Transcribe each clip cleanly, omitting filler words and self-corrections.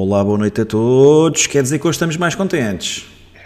Olá, boa noite a todos. Quer dizer que hoje estamos mais contentes.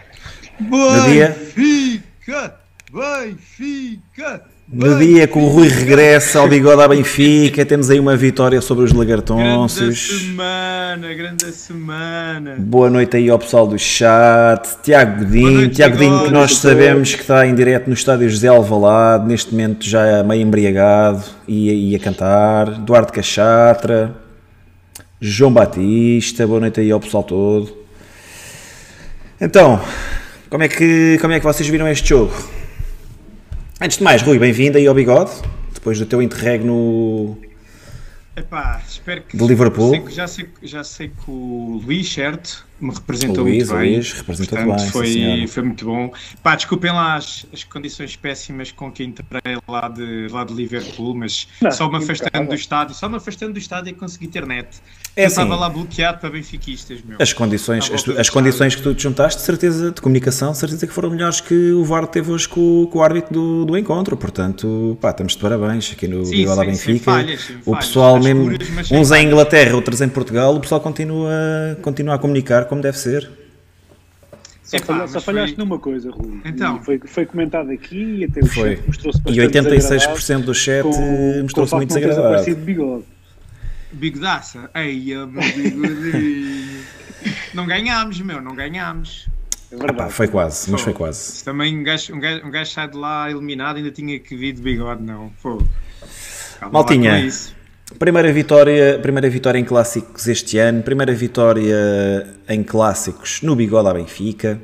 Benfica! Benfica! No dia que o Rui regressa ao Bigode à Benfica, temos aí uma vitória sobre os Lagartões. Grande semana. Boa noite aí ao pessoal do chat. Tiago Godinho, que nós sabemos que está em direto no estádio José Alvalade, neste momento já meio embriagado e a cantar. Duarte Cachatra, João Batista, boa noite aí ao pessoal todo. Então, como é que vocês viram este jogo? Antes de mais, Rui, bem-vindo aí ao Bigode, depois do teu interregno espero que de Liverpool. Já sei que o Luís, certo, me representou Luís, muito bem. representou-te bem, foi muito bom. Desculpem lá as condições péssimas com que entrei lá de Liverpool, mas só me afastando do estádio e consegui ter net. Eu estava lá bloqueado para benfiquistas, meu. As condições que tu te juntaste, de certeza, de comunicação, de certeza que foram melhores que o VAR teve hoje com o árbitro do encontro, portanto, estamos de parabéns aqui no Bigode à Benfica. O pessoal mesmo, uns em Inglaterra, outros em Portugal, o pessoal continua a comunicar como deve ser. Só falhaste numa coisa, Rui. Então. Foi comentado aqui e até o chat mostrou-se bastante. E 86% do chat mostrou-se muito desagradável. Bigodaça. Ei, meu bigodinho. Não ganhámos, não ganhámos. É verdade. Foi quase, mas foi quase. Também um gajo sai de lá eliminado, ainda tinha que vir de bigode, não. Maltinha, primeira vitória em clássicos este ano, primeira vitória em clássicos no Bigode à Benfica.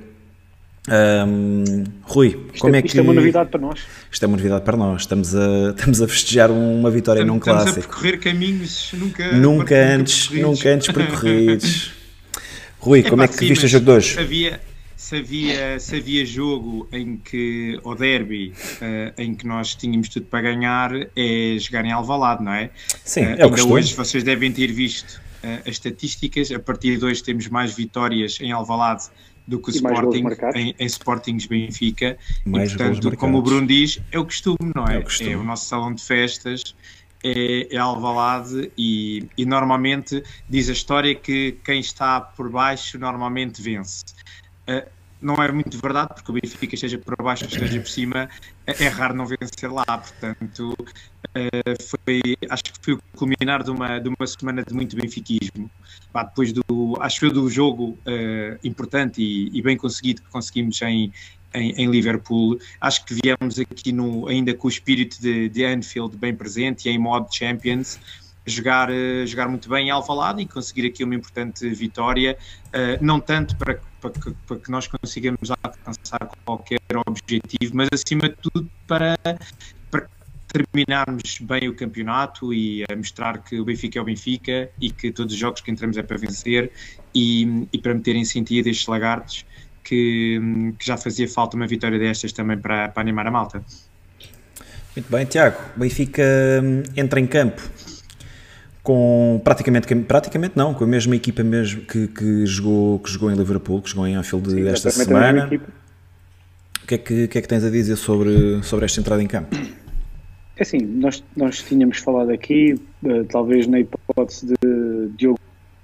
Rui, isto é uma novidade para nós. Isto é uma novidade para nós. Estamos a festejar uma vitória num clássico. Estamos a percorrer caminhos nunca antes percorridos. Rui, como é que viste o jogo de hoje? Se havia jogo ou derby em que nós tínhamos tudo para ganhar, é jogar em Alvalade, não é? Sim, é o costume. Hoje vocês devem ter visto as estatísticas. A partir de hoje temos mais vitórias em Alvalade do que o Sporting, em Sportings Benfica. Mais e, portanto, como o Bruno diz, é o costume, não é? É o nosso salão de festas, é Alvalade e normalmente diz a história que quem está por baixo normalmente vence. Não é muito verdade, porque o Benfica, esteja por baixo ou esteja por cima, é raro não vencer lá. Portanto, acho que foi o culminar de uma semana de muito benfiquismo. Depois do jogo importante e bem conseguido que conseguimos em Liverpool, acho que viemos aqui ainda com o espírito de Anfield bem presente e em modo Champions, jogar muito bem em Alvalade e conseguir aqui uma importante vitória, não tanto para que nós consigamos alcançar qualquer objetivo, mas acima de tudo para terminarmos bem o campeonato e a mostrar que o Benfica é o Benfica e que todos os jogos que entramos é para vencer e para meter em sentido estes lagartos que já fazia falta uma vitória destas também para animar a malta. Muito bem, Tiago. O Benfica entra em campo com com a mesma equipa mesmo que jogou em Liverpool, que jogou em Anfield esta semana. O que é que tens a dizer sobre esta entrada em campo? É assim, nós tínhamos falado aqui, talvez na hipótese de Diogo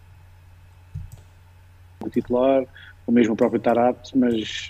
titular, ou mesmo o próprio Tarapte, mas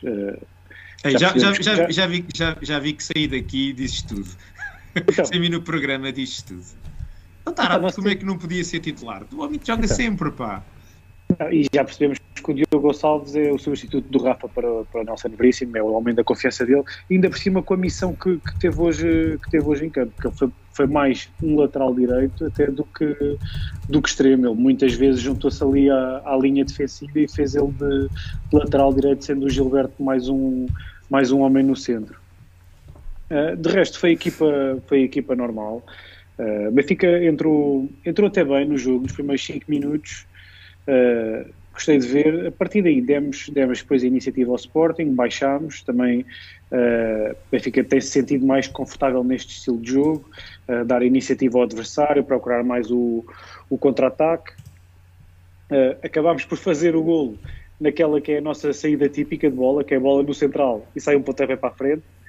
já vi que saí daqui e dizes tudo. Sem mim no programa dizes tudo. Então, Tarapte, como é que não podia ser titular? O homem joga sempre, pá. E já percebemos que o Diogo Gonçalves é o substituto do Rafa para o Nelson Veríssimo, é o homem da confiança dele, e ainda por cima com a missão que teve hoje em campo, porque ele foi mais um lateral direito até do que extremo. Ele muitas vezes juntou-se ali à linha defensiva e fez ele de lateral direito, sendo o Gilberto mais um homem no centro. De resto foi a equipa normal. Benfica entrou até bem no jogo, nos primeiros 5 minutos. Gostei de ver. A partir daí demos depois a iniciativa ao Sporting, baixámos também. Benfica tem-se sentido mais confortável neste estilo de jogo, dar a iniciativa ao adversário, procurar mais o contra-ataque. Acabámos por fazer o golo naquela que é a nossa saída típica de bola, que é a bola no central e sai um pontapé para a frente.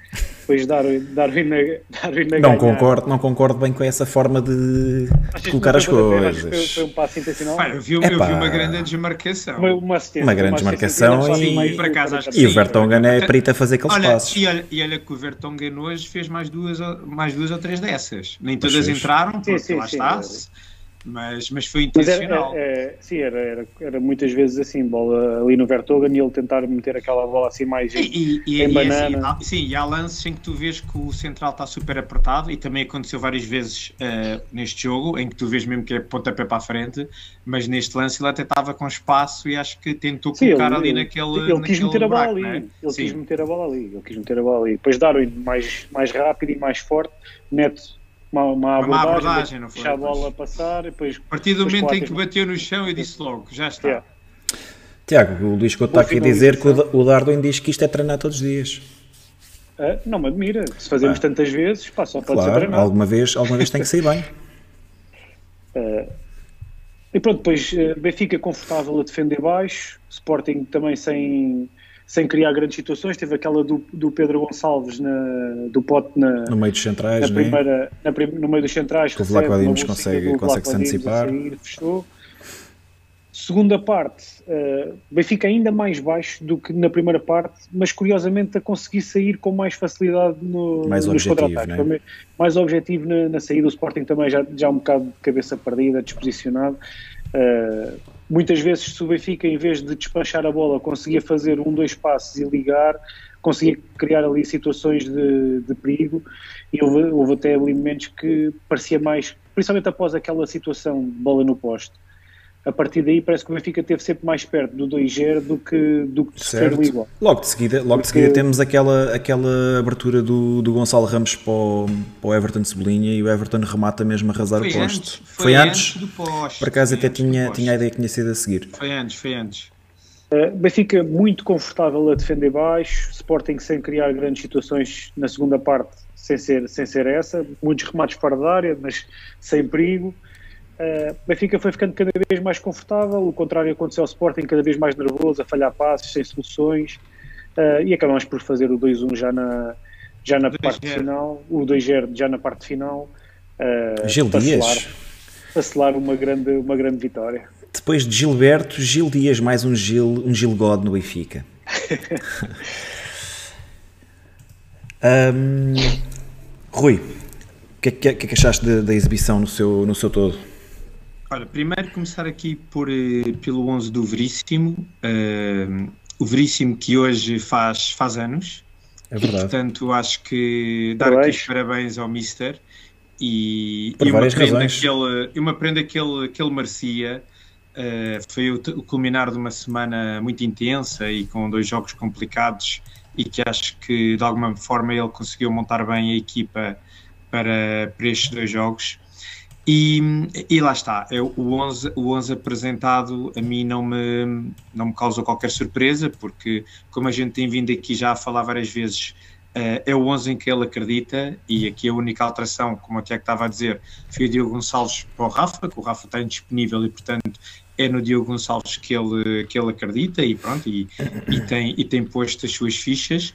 depois Darwin a Não ganhar. não concordo bem com essa forma de colocar as coisas. Foi um passo intencional. Eu vi uma grande desmarcação. Uma grande desmarcação e o Vertonghen é perito a fazer aqueles passos. E olha que o Vertonghen hoje fez mais duas ou três dessas. Nem todas entraram, porque lá está. Mas foi intencional. Era muitas vezes assim, bola ali no Vertonghen e ele tentar meter aquela bola assim mais em banana. Assim, e há lances em que tu vês que o central está super apertado, e também aconteceu várias vezes neste jogo, em que tu vês mesmo que é pontapé para a frente, mas neste lance ele até estava com espaço e acho que tentou colocar ali naquele. Ele quis meter a bola ali. Né? Ele quis meter a bola ali. Depois Darwin mais rápido e mais forte, neto. Uma abordagem, não foi? Deixa a bola passar. Depois, a partir do momento em que bateu no chão, eu disse logo, já está. Yeah. Tiago, o Luís Couto está aqui a dizer que o Darwin diz que isto é treinar todos os dias. Não me admira. Se fazemos tantas vezes, só pode ser treinar. Alguma vez tem que sair bem. E pronto, depois Benfica confortável a defender baixo, Sporting também sem criar grandes situações. Teve aquela do Pedro Gonçalves do pote no meio dos centrais, no meio dos centrais, que o Vlaco Dimos consegue se antecipar. Fechou. Segunda parte, Benfica ainda mais baixo do que na primeira parte, mas curiosamente a conseguir sair com mais facilidade nos contra-ataques. Né? Mais objetivo na saída. O Sporting também já um bocado de cabeça perdida, desposicionado. Muitas vezes, se o Benfica, em vez de despachar a bola, conseguia fazer 1-2 passos e ligar, conseguia criar ali situações de perigo, e houve até ali momentos que parecia mais, principalmente após aquela situação de bola no poste. A partir daí parece que o Benfica esteve sempre mais perto do 2-0 do que de ser o igual. Logo de seguida temos aquela abertura do Gonçalo Ramos para o Everton Cebolinha, e o Everton remata mesmo a arrasar o poste. Foi antes do poste. Por acaso até tinha a ideia que tinha sido a seguir. Foi antes. Benfica muito confortável a defender baixo, Sporting sem criar grandes situações na segunda parte, sem ser essa. Muitos remates fora da área, mas sem perigo. Benfica foi ficando cada vez mais confortável, o contrário aconteceu ao Sporting, cada vez mais nervoso, a falhar passes, sem soluções, e acabamos por fazer o 2-1 já na parte final, o 2-0 já na parte final, Gil Dias acelar uma grande vitória. Depois de Gilberto, Gil Dias, mais um Gil God no Benfica. Rui, o que é que achaste da exibição no seu todo? Olha, primeiro começar aqui pelo 11 do Veríssimo, o Veríssimo que hoje faz anos. É verdade. E, portanto, acho que dar aqui os parabéns ao Mister e uma prenda que ele merecia. Foi o culminar de uma semana muito intensa e com 2 jogos complicados, e que acho que de alguma forma ele conseguiu montar bem a equipa para estes 2 jogos. E lá está, o 11 apresentado a mim não me causou qualquer surpresa, porque, como a gente tem vindo aqui já a falar várias vezes, é o 11 em que ele acredita, e aqui a única alteração, como o Tiago estava a dizer, foi o Diogo Gonçalves para o Rafa, que o Rafa está indisponível e, portanto, é no Diogo Gonçalves que ele acredita, e pronto, e tem posto as suas fichas.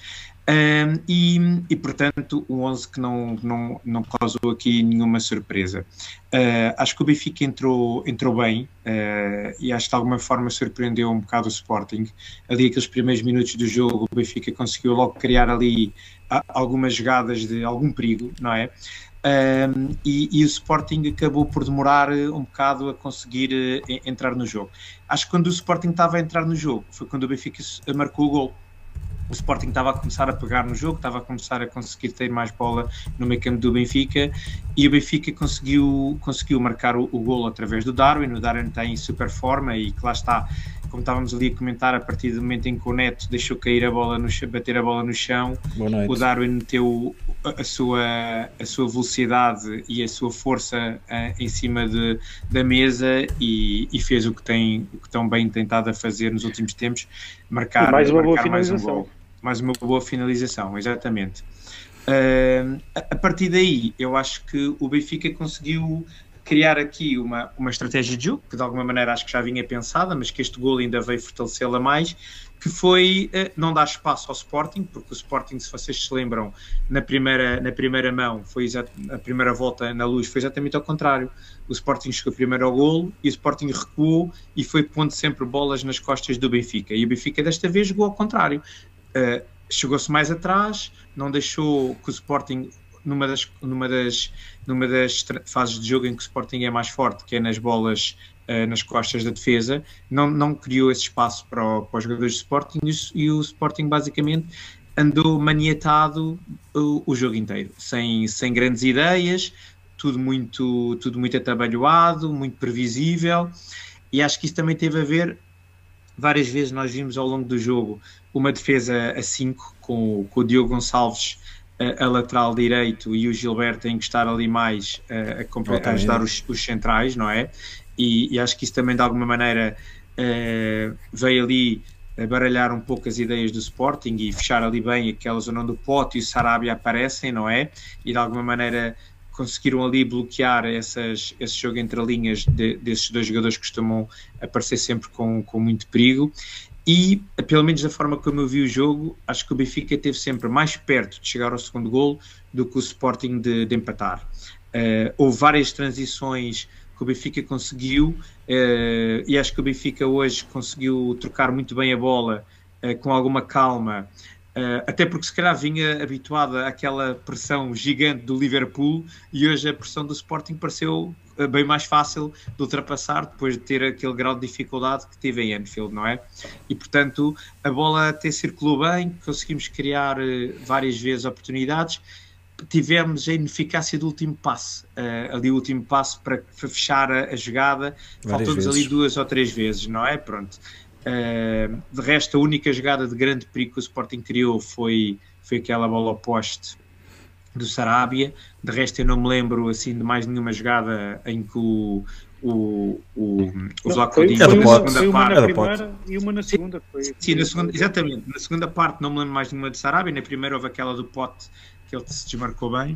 E portanto o 11 que não causou aqui nenhuma surpresa. Acho que o Benfica entrou bem, e acho que de alguma forma surpreendeu um bocado o Sporting. Ali aqueles primeiros minutos do jogo o Benfica conseguiu logo criar ali algumas jogadas de algum perigo, não é? E o Sporting acabou por demorar um bocado a conseguir entrar no jogo. Acho que quando o Sporting estava a entrar no jogo foi quando o Benfica marcou o gol. O Sporting estava a começar a pegar no jogo, estava a começar a conseguir ter mais bola no meio campo do Benfica, e o Benfica conseguiu marcar o golo através do Darwin. O Darwin está em super forma, e que lá está, como estávamos ali a comentar, a partir do momento em que o Neto deixou cair bater a bola no chão, o Darwin meteu a sua velocidade e a sua força em cima da mesa, e fez o que tão bem tentado a fazer nos últimos tempos, marcar mais um gol. Mais uma boa finalização, exatamente. A partir daí, eu acho que o Benfica conseguiu criar aqui uma estratégia de jogo, que de alguma maneira acho que já vinha pensada, mas que este gol ainda veio fortalecê-la mais, que foi não dar espaço ao Sporting, porque o Sporting, se vocês se lembram, na primeira mão, a primeira volta na Luz, foi exatamente ao contrário. O Sporting chegou primeiro ao golo e o Sporting recuou e foi pondo sempre bolas nas costas do Benfica. E o Benfica desta vez jogou ao contrário. Chegou-se mais atrás, não deixou que o Sporting, numa das fases de jogo em que o Sporting é mais forte, que é nas bolas nas costas da defesa, não criou esse espaço para os jogadores do Sporting, e o Sporting basicamente andou maniatado o jogo inteiro, sem grandes ideias, tudo muito atabalhoado, muito previsível, e acho que isso também teve a ver, várias vezes nós vimos ao longo do jogo uma defesa a 5, com o Diogo Gonçalves a lateral direito e o Gilberto a encostar ali mais a ajudar os centrais, não é? E acho que isso também de alguma maneira veio ali a baralhar um pouco as ideias do Sporting e fechar ali bem aquela zona onde o Pote e o Sarabia aparecem, não é? E de alguma maneira conseguiram ali bloquear esse jogo entre linhas desses dois jogadores que costumam aparecer sempre com muito perigo. E, pelo menos da forma como eu vi o jogo, acho que o Benfica esteve sempre mais perto de chegar ao segundo golo do que o Sporting de empatar. Houve várias transições que o Benfica conseguiu, e acho que o Benfica hoje conseguiu trocar muito bem a bola, com alguma calma, até porque se calhar vinha habituada àquela pressão gigante do Liverpool, e hoje a pressão do Sporting pareceu bem mais fácil de ultrapassar depois de ter aquele grau de dificuldade que teve em Anfield, não é? E portanto a bola até circulou bem, conseguimos criar várias vezes oportunidades, tivemos a ineficácia do último passe, ali o último passe para fechar a jogada, faltou-nos ali 2 ou 3 vezes, não é? Pronto. De resto, a única jogada de grande perigo que o Sporting criou foi aquela bola ao poste do Sarabia. De resto, eu não me lembro assim de mais nenhuma jogada em que o Vlaco Coutinho e uma na segunda. Sim, na segunda, exatamente. Na segunda parte não me lembro mais nenhuma de Sarabia, na primeira houve aquela do Pote que ele se desmarcou bem,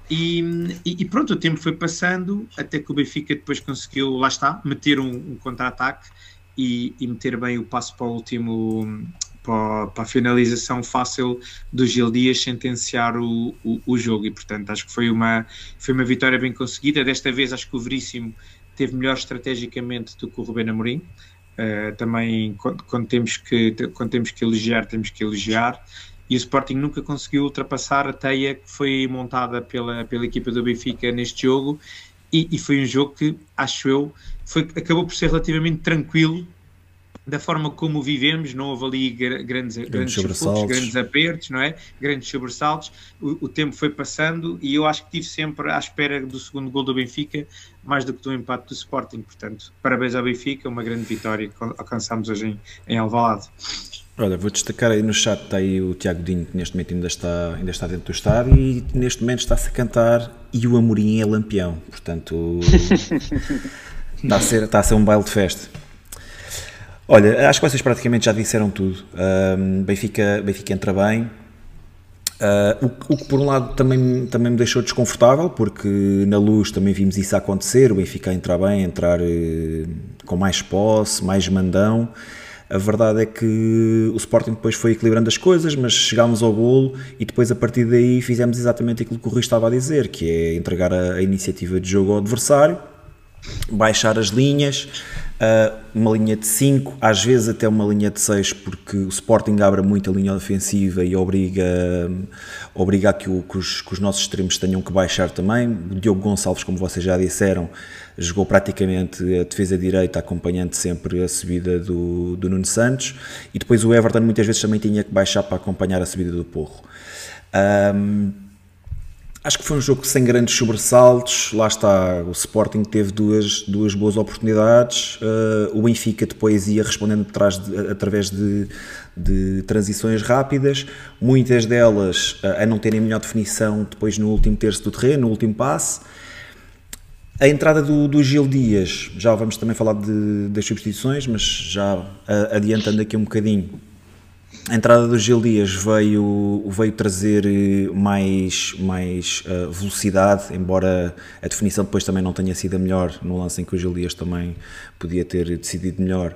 e pronto, o tempo foi passando até que o Benfica depois conseguiu, lá está, meter um contra-ataque e meter bem o passo para o último, para a finalização fácil do Gil Dias sentenciar o jogo, e portanto acho que foi uma vitória bem conseguida. Desta vez acho que o Veríssimo teve melhor estrategicamente do que o Rubén Amorim. Também quando temos que elogiar, temos que elogiar, e o Sporting nunca conseguiu ultrapassar a teia que foi montada pela equipa do Benfica neste jogo, e foi um jogo que, acho eu, acabou por ser relativamente tranquilo da forma como o vivemos. Não houve ali grandes sufocos, grandes apertos, não é? Grandes sobressaltos. O tempo foi passando e eu acho que estive sempre à espera do segundo gol do Benfica, mais do que do empate do Sporting. Portanto, parabéns ao Benfica, uma grande vitória que alcançámos hoje em Alvalade. Olha, vou destacar aí no chat, está aí o Tiago Dinho, que neste momento ainda está dentro do estádio, e neste momento está-se a cantar "E o Amorim é Lampião", portanto está a ser um baile de festa. Olha, acho que vocês praticamente já disseram tudo. Benfica entra bem, o que por um lado também me deixou desconfortável, porque na Luz também vimos isso acontecer, o Benfica a entrar bem, entrar com mais posse, mais mandão. A verdade é que o Sporting depois foi equilibrando as coisas, mas chegámos ao golo e depois a partir daí fizemos exatamente aquilo que o Rui estava a dizer, que é entregar a iniciativa de jogo ao adversário, baixar as linhas, uma linha de 5, às vezes até uma linha de 6, porque o Sporting abre muito a linha ofensiva e obriga a que os nossos extremos tenham que baixar também. O Diogo Gonçalves, como vocês já disseram, jogou praticamente a defesa direita, acompanhando sempre a subida do Nuno Santos, e depois o Everton muitas vezes também tinha que baixar para acompanhar a subida do Porro. Acho que foi um jogo sem grandes sobressaltos. Lá está, o Sporting teve duas boas oportunidades, o Benfica depois ia respondendo através de transições rápidas, muitas delas a não terem melhor definição depois no último terço do terreno, no último passe. A entrada do Gil Dias, já vamos também falar das substituições, mas já adiantando aqui um bocadinho, A entrada do Gil Dias veio trazer mais velocidade, embora a definição depois também não tenha sido a melhor, no lance em que o Gil Dias também podia ter decidido melhor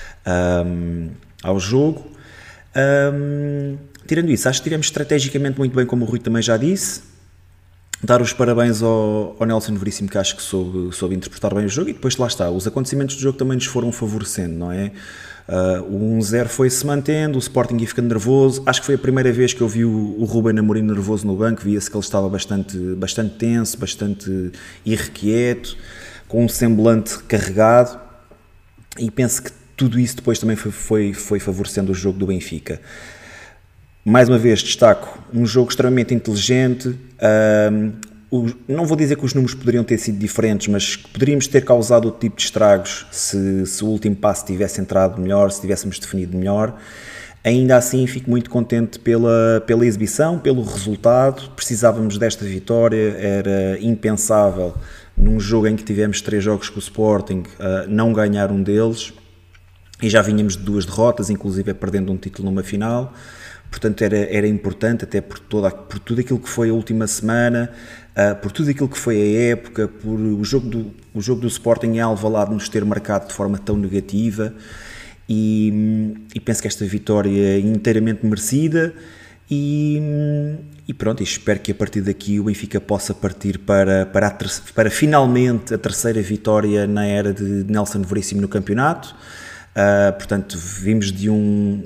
ao jogo. Tirando isso, acho que tivemos estrategicamente muito bem, como o Rui também já disse. Dar os parabéns ao Nelson Veríssimo, que acho que soube interpretar bem o jogo, e depois lá está, os acontecimentos do jogo também nos foram favorecendo, não é? O 1-0 foi-se mantendo, o Sporting ia ficando nervoso. Acho que foi a primeira vez que eu vi o Ruben Amorim nervoso no banco, via-se que ele estava bastante tenso, bastante irrequieto, com um semblante carregado, e penso que tudo isso depois também foi favorecendo o jogo do Benfica. Mais uma vez destaco um jogo extremamente inteligente. Não vou dizer que os números poderiam ter sido diferentes, mas poderíamos ter causado outro tipo de estragos se o último passo tivesse entrado melhor, se tivéssemos definido melhor. Ainda assim fico muito contente pela exibição, pelo resultado. Precisávamos desta vitória, era impensável num jogo em que tivemos 3 jogos com o Sporting não ganhar um deles, e já vínhamos de 2 derrotas, inclusive perdendo um título numa final. Portanto era importante, até por tudo aquilo que foi a última semana, por tudo aquilo que foi a época, por o jogo do Sporting em Alvalade nos ter marcado de forma tão negativa, e penso que esta vitória é inteiramente merecida, e pronto, espero que a partir daqui o Benfica possa partir para finalmente a terceira vitória na era de Nelson Veríssimo no campeonato. Portanto, vimos de um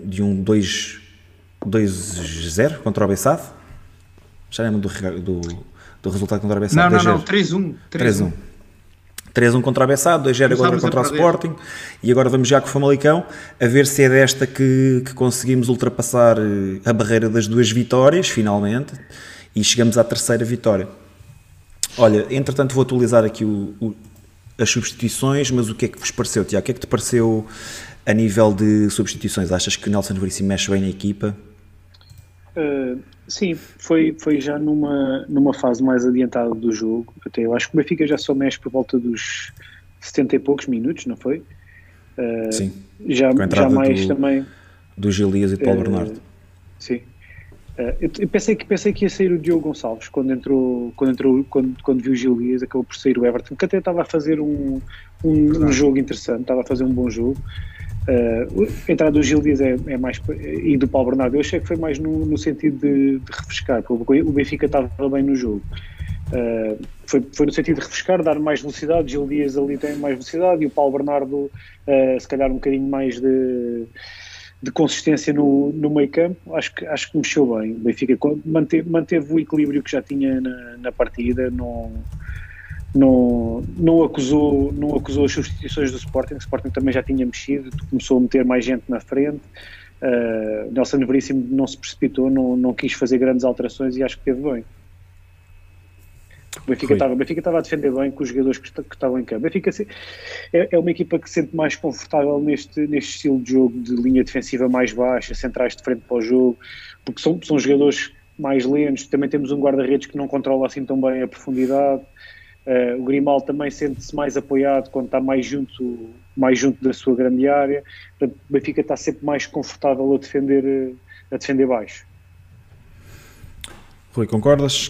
2-0 contra o Bessade. Já lembro do resultado contra o Bessade? Não, 3-1. 3-1 contra o Bessade, 2-0 agora contra o Sporting, e agora vamos já com o Famalicão, a ver se é desta que conseguimos ultrapassar a barreira das 2 vitórias, finalmente, e chegamos à terceira vitória. Olha, entretanto vou atualizar aqui as substituições, mas o que é que vos pareceu, Tiago? O que é que te pareceu a nível de substituições? Achas que Nelson Veríssimo mexe bem na equipa? Sim, foi já numa fase mais adiantada do jogo. Até eu acho que o Benfica já só mexe por volta dos 70 e poucos minutos, não foi? Sim, já mais também do Gil Dias e do Paulo Bernardo. Sim. Eu pensei que ia sair o Diogo Gonçalves quando viu o Gil Dias, acabou por sair o Everton, que até estava a fazer um jogo interessante, estava a fazer um bom jogo. A entrada do Gil Dias é mais, e do Paulo Bernardo, eu achei que foi mais no sentido de refrescar, porque o Benfica estava bem no jogo. Foi no sentido de refrescar, dar mais velocidade. O Gil Dias ali tem mais velocidade, e o Paulo Bernardo se calhar um bocadinho mais de consistência no meio campo. Acho que mexeu bem. O Benfica manteve o equilíbrio que já tinha na partida, não acusou as substituições do Sporting. O Sporting também já tinha mexido, começou a meter mais gente na frente. Nelson Veríssimo não se precipitou, não quis fazer grandes alterações, e acho que teve bem. O Benfica estava a defender bem com os jogadores que estavam em campo. O Benfica é uma equipa que se sente mais confortável neste estilo de jogo, de linha defensiva mais baixa, centrais de frente para o jogo, porque são jogadores mais lentos. Também temos um guarda-redes que não controla assim tão bem a profundidade. O Grimaldo também sente-se mais apoiado quando está mais junto da sua grande área. Portanto, o Benfica está sempre mais confortável a defender baixo. Rui, concordas?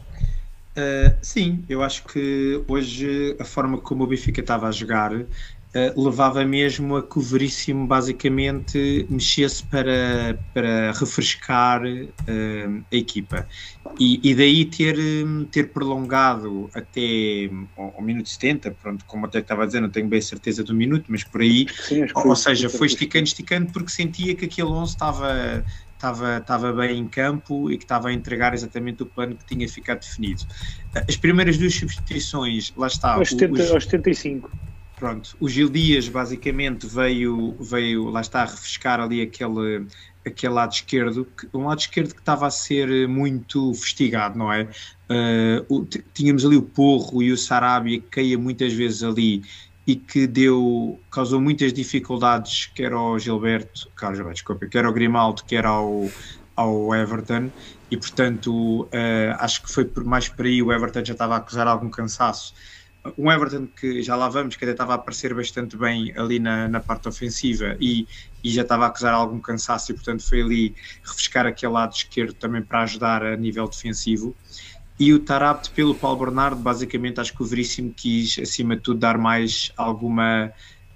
Sim, eu acho que hoje a forma como o Benfica estava a jogar levava mesmo a que o Veríssimo basicamente mexesse para refrescar a equipa, e daí ter prolongado até ao minuto 70, pronto, como até estava a dizer, não tenho bem certeza do minuto, mas por aí. Sim, ou seja, foi esticando porque sentia que aquele 11 estava bem em campo e que estava a entregar exatamente o plano que tinha ficado definido. As primeiras 2 substituições, lá está. Aos 75. Pronto, o Gil Dias basicamente veio lá está, a refrescar ali aquele lado esquerdo, um lado esquerdo que estava a ser muito festigado, não é? Tínhamos ali o Porro e o Sarabia, que caía muitas vezes ali, e que causou muitas dificuldades, quer ao quer ao Grimaldo, quer ao Everton, e portanto acho que foi mais por aí. O Everton já estava a acusar algum cansaço, um Everton que já lá vamos, que até estava a aparecer bastante bem ali na parte ofensiva e já estava a acusar algum cansaço e portanto foi ali refrescar aquele lado esquerdo também para ajudar a nível defensivo. E o Taarabt pelo Paulo Bernardo, basicamente acho que o Veríssimo quis acima de tudo dar mais alguma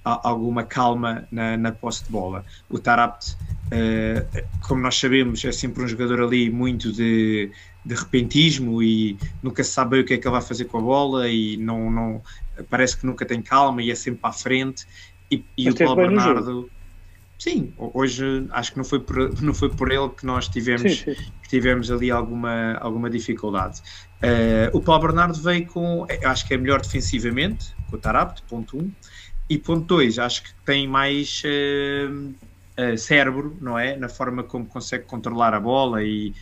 calma na posse de bola. O Taarabt, como nós sabemos, é sempre um jogador ali muito de repentismo e nunca se sabe bem o que é que ele vai fazer com a bola e não parece que nunca tem calma e é sempre para a frente. E o Paulo Bernardo, sim, hoje acho que não foi por ele que nós tivemos ali alguma dificuldade. O Paulo Bernardo veio com, acho que é melhor defensivamente, com o Taarabt, ponto 1. E ponto 2, acho que tem mais cérebro, não é? Na forma como consegue controlar a bola e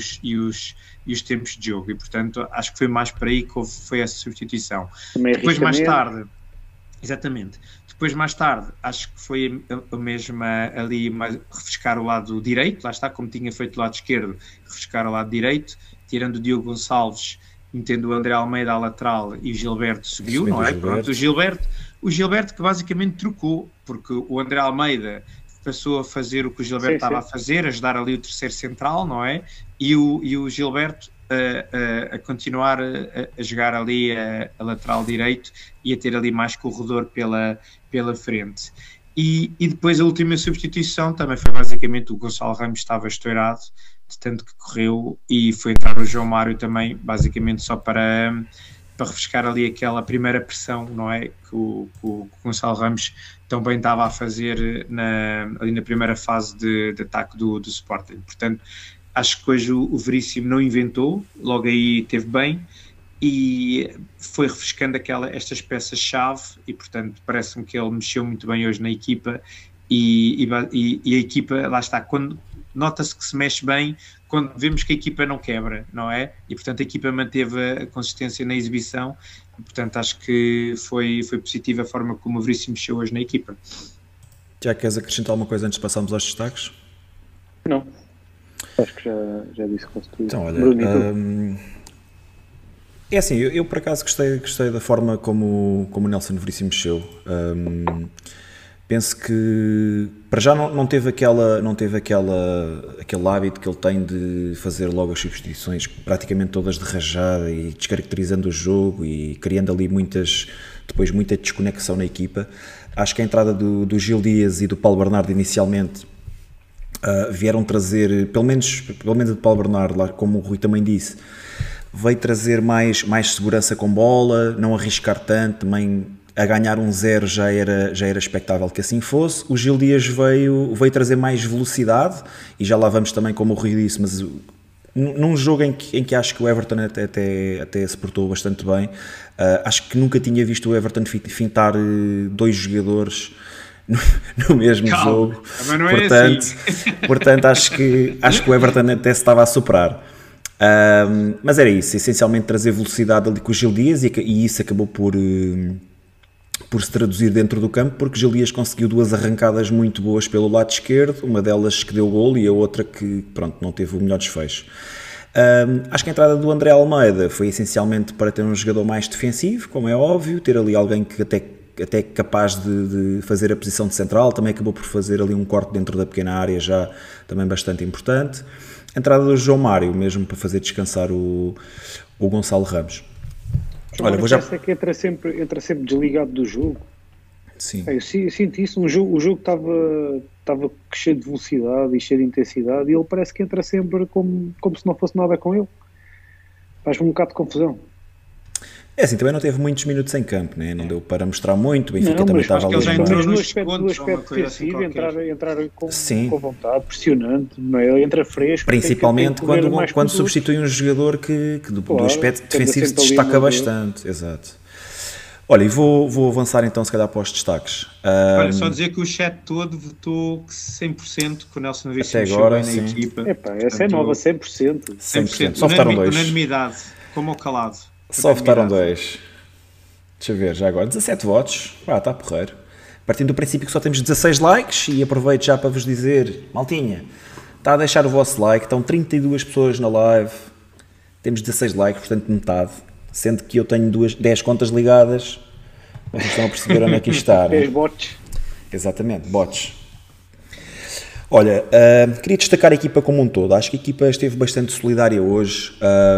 os tempos de jogo. E, portanto, acho que foi mais por aí que foi essa substituição. Depois, mais tarde, exatamente. Depois, mais tarde, acho que foi a mesma ali, refrescar o lado direito, lá está, como tinha feito o lado esquerdo, refrescar o lado direito, tirando o Diogo Gonçalves, metendo o André Almeida à lateral e o Gilberto subiu, não é? Pronto, o Gilberto que basicamente trocou, porque o André Almeida passou a fazer o que o Gilberto estava a fazer, ajudar ali o terceiro central, não é? E o Gilberto a continuar a jogar ali a lateral direito e a ter ali mais corredor pela frente. E depois a última substituição também foi basicamente o Gonçalo Ramos estava estourado, de tanto que correu, e foi entrar o João Mário também, basicamente só para refrescar ali aquela primeira pressão, não é? Que o Gonçalo Ramos também estava a fazer ali na primeira fase de ataque do Sporting. Portanto, acho que hoje o Veríssimo não inventou, logo aí teve bem e foi refrescando estas peças-chave e, portanto, parece-me que ele mexeu muito bem hoje na equipa e a equipa, lá está, quando nota-se que se mexe bem, quando vemos que a equipa não quebra, não é? E, portanto, a equipa manteve a consistência na exibição e, portanto, acho que foi positiva a forma como o Veríssimo mexeu hoje na equipa. Já queres acrescentar alguma coisa antes de passarmos aos destaques? Não. Acho que já disse quase tudo. Então, olha, é assim, eu por acaso gostei da forma como o Nelson Veríssimo mexeu. Penso que para já não teve aquele hábito que ele tem de fazer logo as substituições praticamente todas de rajada e descaracterizando o jogo e criando ali muita desconexão na equipa. Acho que a entrada do Gil Dias e do Paulo Bernardo inicialmente vieram trazer, pelo menos do Paulo Bernardo, como o Rui também disse, veio trazer mais segurança com bola, não arriscar tanto, também a ganhar 1-0 já era expectável que assim fosse. O Gil Dias veio trazer mais velocidade e já lá vamos também, como o Rui disse, mas num jogo em que acho que o Everton até se portou bastante bem. Acho que nunca tinha visto o Everton fintar dois jogadores no mesmo jogo. Mas não é portanto acho que o Everton até se estava a superar. Mas era isso, essencialmente trazer velocidade ali com o Gil Dias e isso acabou por se traduzir dentro do campo, porque Gil Dias conseguiu duas arrancadas muito boas pelo lado esquerdo, uma delas que deu golo e a outra que, pronto, não teve o melhor desfecho. Acho que a entrada do André Almeida foi essencialmente para ter um jogador mais defensivo, como é óbvio, ter ali alguém que até é capaz de fazer a posição de central, também acabou por fazer ali um corte dentro da pequena área já também bastante importante. A entrada do João Mário, mesmo para fazer descansar o Gonçalo Ramos. Olha, que entra sempre desligado do jogo. Sim. Eu sinto isso. O jogo estava cheio de velocidade e cheio de intensidade e ele parece que entra sempre como se não fosse nada com ele. Faz-me um bocado de confusão. É assim, também não teve muitos minutos em campo, né? Não deu para mostrar muito. O Benfica também estava ali. Mas no aspecto defensivo, entrar com vontade, pressionante, não é? Ele entra fresco. Principalmente quando substitui um jogador que do aspecto defensivo se destaca bastante. Exato. Olha, e vou avançar então, se calhar, para os destaques. Olha, só dizer que o chat todo votou 100% que o Nelson Veríssimo chegou bem na equipa. Essa é nova, 100%. 100%. Só votaram dois. Unanimidade, como ao calado. Só votaram dois. Deixa eu ver, já agora 17 votos. Está porreiro. Partindo do princípio que só temos 16 likes, e aproveito já para vos dizer, maltinha, está a deixar o vosso like, estão 32 pessoas na live, temos 16 likes, portanto metade. sendo que eu tenho 10 contas ligadas, vocês estão a perceber onde é que isto está. 10 bots. Exatamente, bots. Olha, queria destacar a equipa como um todo. Acho que a equipa esteve bastante solidária hoje.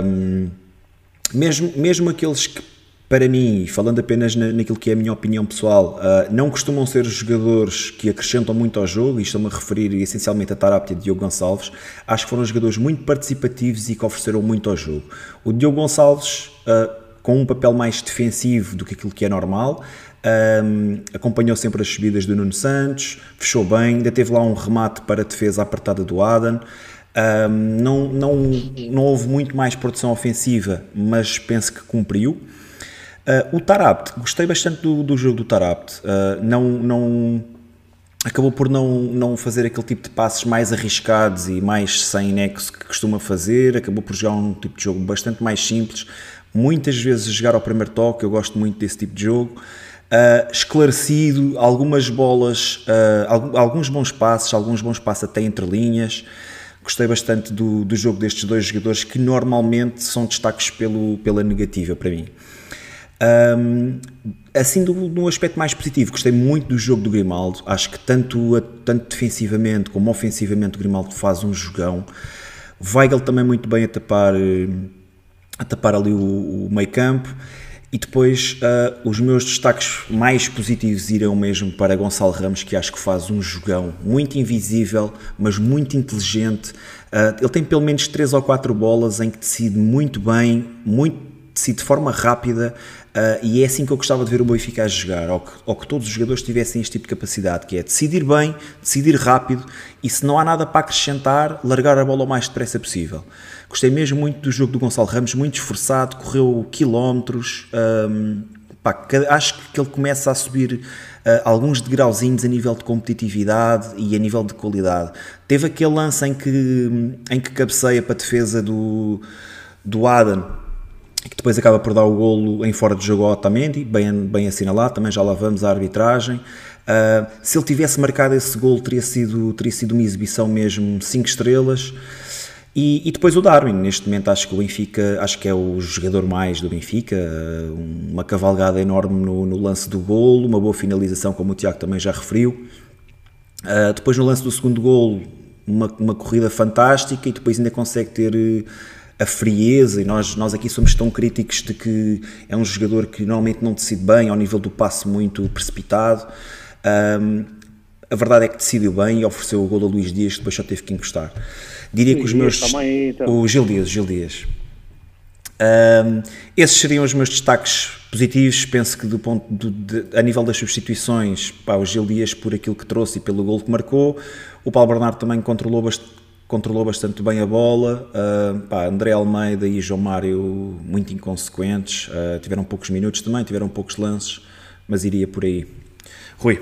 Mesmo aqueles que, para mim, falando apenas naquilo que é a minha opinião pessoal, não costumam ser os jogadores que acrescentam muito ao jogo, e estou-me a referir essencialmente a Tarapte e a Diogo Gonçalves. Acho que foram jogadores muito participativos e que ofereceram muito ao jogo. O Diogo Gonçalves, com um papel mais defensivo do que aquilo que é normal, acompanhou sempre as subidas do Nuno Santos, fechou bem, ainda teve lá um remate para a defesa apertada do Adan. Não houve muito mais produção ofensiva, mas penso que cumpriu. O Tarapte, gostei bastante do jogo do Tarapte. Acabou por não fazer aquele tipo de passes mais arriscados e mais sem nexo que costuma fazer. Acabou por jogar um tipo de jogo bastante mais simples, muitas vezes jogar ao primeiro toque. Eu gosto muito desse tipo de jogo. Esclarecido, algumas bolas, alguns bons passos até entre linhas. Gostei bastante do jogo destes dois jogadores, que normalmente são destaques pela negativa para mim. Assim, no aspecto mais positivo, gostei muito do jogo do Grimaldo. Acho que tanto defensivamente como ofensivamente o Grimaldo faz um jogão. Weigl também muito bem a tapar ali o meio campo. E depois os meus destaques mais positivos irão mesmo para Gonçalo Ramos, que acho que faz um jogão muito invisível, mas muito inteligente. Ele tem pelo menos 3 ou 4 bolas em que decide muito bem, decide de forma rápida, e é assim que eu gostava de ver o Benfica a jogar, ou que todos os jogadores tivessem este tipo de capacidade, que é decidir bem, decidir rápido, e se não há nada para acrescentar, largar a bola o mais depressa possível. Gostei mesmo muito do jogo do Gonçalo Ramos, muito esforçado, correu quilómetros. Acho que ele começa a subir alguns degrauzinhos a nível de competitividade e a nível de qualidade. Teve aquele lance em que cabeceia para a defesa do Adan, que depois acaba por dar o golo em fora de jogo ao Otamendi, bem assinalado, também já lá vamos à arbitragem. Se ele tivesse marcado esse golo, teria sido uma exibição mesmo 5 estrelas. E depois o Darwin, neste momento acho que o Benfica, acho que é o jogador mais do Benfica, uma cavalgada enorme no lance do golo, uma boa finalização, como o Tiago também já referiu. Depois no lance do segundo golo, uma corrida fantástica, e depois ainda consegue ter a frieza, e nós aqui somos tão críticos de que é um jogador que normalmente não decide bem, ao nível do passe muito precipitado. A verdade é que decidiu bem e ofereceu o golo a Luís Dias, que depois só teve que encostar. Diria que os meus... Também, então. O Gil Dias. Esses seriam os meus destaques positivos. Penso que a nível das substituições, o Gil Dias por aquilo que trouxe e pelo golo que marcou. O Paulo Bernardo também controlou bastante bem a bola. André Almeida e João Mário muito inconsequentes. Tiveram poucos minutos também, tiveram poucos lances, mas iria por aí. Rui.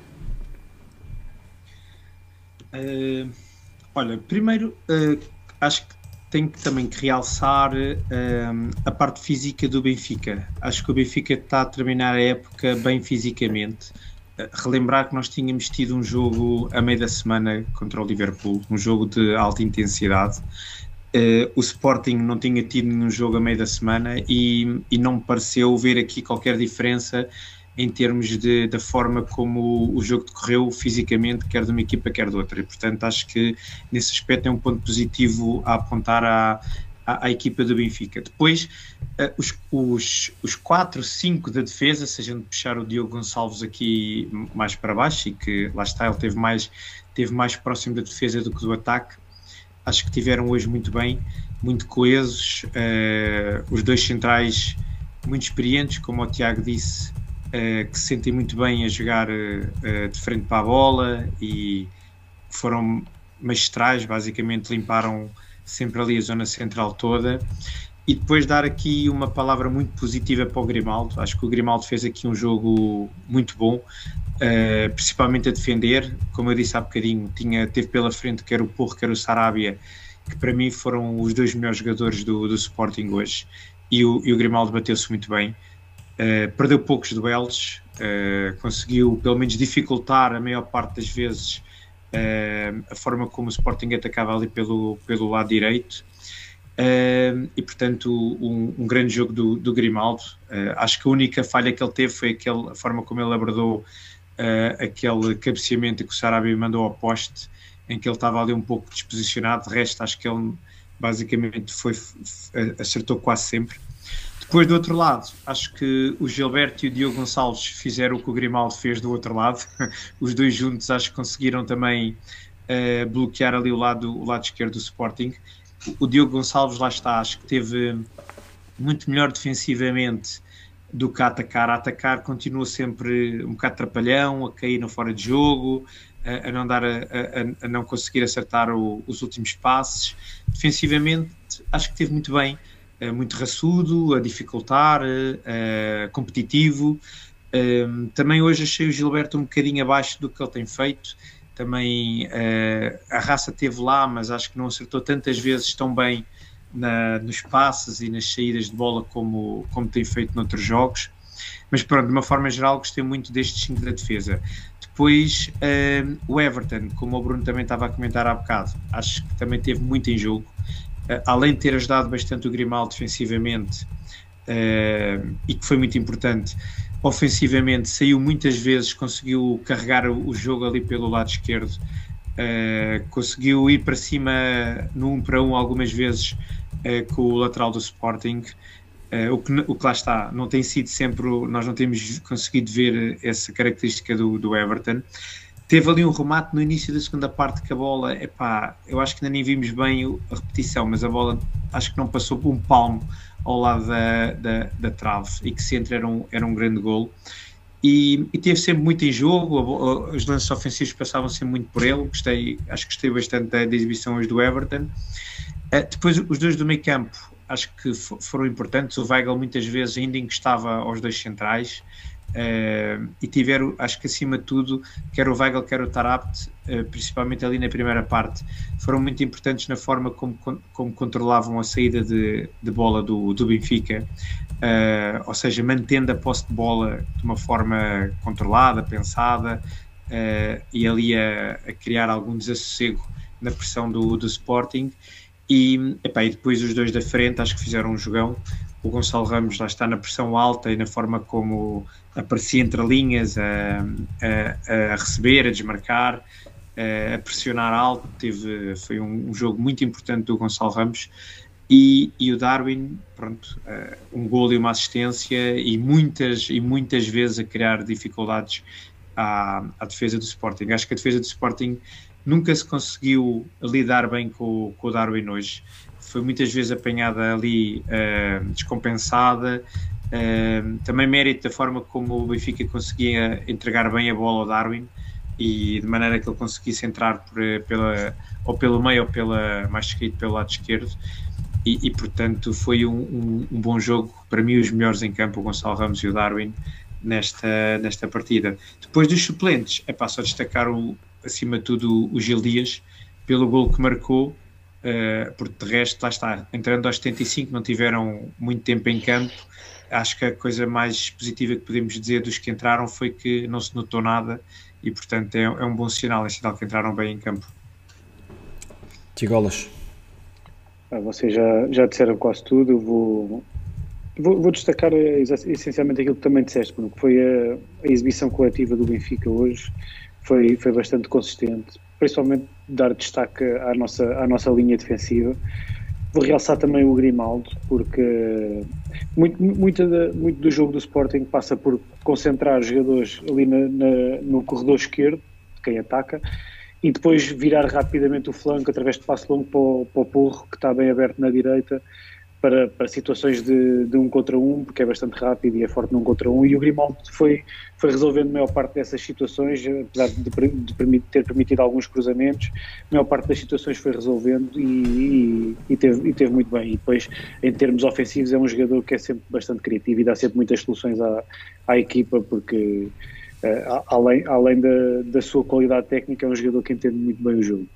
Olha, primeiro acho que tenho também que realçar a parte física do Benfica. Acho que o Benfica está a terminar a época bem fisicamente. Relembrar que nós tínhamos tido um jogo a meio da semana contra o Liverpool, um jogo de alta intensidade. O Sporting não tinha tido nenhum jogo a meio da semana e não me pareceu ver aqui qualquer diferença em termos da forma como o jogo decorreu fisicamente, quer de uma equipa, quer de outra. E, portanto, acho que nesse aspecto é um ponto positivo a apontar à equipa do Benfica. Depois, os 4, 5 da defesa, se a gente puxar o Diogo Gonçalves aqui mais para baixo, e que lá está, ele teve mais próximo da defesa do que do ataque, acho que tiveram hoje muito bem, muito coesos. Os dois centrais muito experientes, como o Tiago disse, que se sentem muito bem a jogar de frente para a bola e foram magistrais, basicamente limparam sempre ali a zona central toda. E depois dar aqui uma palavra muito positiva para o Grimaldo. Acho que o Grimaldo fez aqui um jogo muito bom, principalmente a defender. Como eu disse há bocadinho, teve pela frente quer o Porro, quer o Sarabia, que para mim foram os dois melhores jogadores do Sporting hoje, e o Grimaldo bateu-se muito bem. Perdeu poucos duelos, conseguiu pelo menos dificultar a maior parte das vezes a forma como o Sporting atacava ali pelo lado direito, e portanto um grande jogo do Grimaldo. Acho que a única falha que ele teve foi a forma como ele abordou aquele cabeceamento que o Sarabia mandou ao poste, em que ele estava ali um pouco desposicionado. De resto, acho que ele basicamente acertou quase sempre. Depois, do outro lado, acho que o Gilberto e o Diogo Gonçalves fizeram o que o Grimaldo fez do outro lado. Os dois juntos acho que conseguiram também bloquear ali o lado esquerdo do Sporting. O Diogo Gonçalves, lá está, acho que teve muito melhor defensivamente do que a atacar. A atacar continua sempre um bocado trapalhão, a cair no fora de jogo, a não conseguir acertar os últimos passes. Defensivamente, acho que teve muito bem, muito raçudo, a dificultar, competitivo. Também hoje achei o Gilberto um bocadinho abaixo do que ele tem feito. Também a raça esteve lá, mas acho que não acertou tantas vezes tão bem nos passes e nas saídas de bola como tem feito noutros jogos. Mas pronto, de uma forma geral, gostei muito destes 5 da defesa. Depois, o Everton, como o Bruno também estava a comentar há bocado, acho que também teve muito em jogo. Além de ter ajudado bastante o Grimaldo defensivamente, e que foi muito importante, ofensivamente saiu muitas vezes, conseguiu carregar o jogo ali pelo lado esquerdo, conseguiu ir para cima no 1 para 1 algumas vezes com o lateral do Sporting, o que lá está, não tem sido sempre, nós não temos conseguido ver essa característica do Everton. Teve ali um remate no início da segunda parte que a bola, eu acho que ainda nem vimos bem a repetição, mas a bola acho que não passou por um palmo ao lado da trave, e que se entra era um grande golo. E teve sempre muito em jogo, os lances ofensivos passavam sempre muito por ele. Acho que gostei bastante da exibição hoje do Everton. Depois, os dois do meio campo, acho que foram importantes. O Weigl muitas vezes ainda encostava aos dois centrais, e tiveram, acho que acima de tudo, quer o Weigl, quer o Taarabt, principalmente ali na primeira parte, foram muito importantes na forma como controlavam a saída de bola do Benfica, ou seja, mantendo a posse de bola de uma forma controlada, pensada, e ali a criar algum desassossego na pressão do Sporting. E depois os dois da frente acho que fizeram um jogão. O Gonçalo Ramos lá está na pressão alta e na forma como aparecia entre linhas, a receber, a desmarcar, a pressionar alto. Foi um jogo muito importante do Gonçalo Ramos. E o Darwin, pronto, um golo e uma assistência, e muitas vezes a criar dificuldades à defesa do Sporting. Acho que a defesa do Sporting nunca se conseguiu lidar bem com o Darwin hoje. Foi muitas vezes apanhada ali descompensada. Também mérito da forma como o Benfica conseguia entregar bem a bola ao Darwin, e de maneira que ele conseguisse entrar ou pelo meio ou mais descrito pelo lado esquerdo. E portanto foi um bom jogo. Para mim, os melhores em campo, o Gonçalo Ramos e o Darwin, nesta partida. Depois dos suplentes, só destacar acima de tudo o Gil Dias, pelo golo que marcou, porque de resto, lá está, entrando aos 75, não tiveram muito tempo em campo. Acho que a coisa mais positiva que podemos dizer dos que entraram foi que não se notou nada, e portanto é um bom sinal, que entraram bem em campo. Tigolas. Vocês já disseram quase tudo. Eu vou destacar essencialmente aquilo que também disseste, porque foi a exibição coletiva do Benfica hoje. Foi bastante consistente, principalmente dar destaque à nossa linha defensiva. Vou realçar também o Grimaldo, porque muito do jogo do Sporting passa por concentrar os jogadores ali no corredor esquerdo, de quem ataca, e depois virar rapidamente o flanco através de passe longo para o Porro, que está bem aberto na direita, para situações de 1 contra 1, porque é bastante rápido e é forte no 1 contra 1, e o Grimaldo foi resolvendo a maior parte dessas situações, apesar de ter permitido alguns cruzamentos. A maior parte das situações foi resolvendo e teve muito bem. E depois, em termos ofensivos, é um jogador que é sempre bastante criativo e dá sempre muitas soluções à equipa, porque além da sua qualidade técnica, é um jogador que entende muito bem o jogo.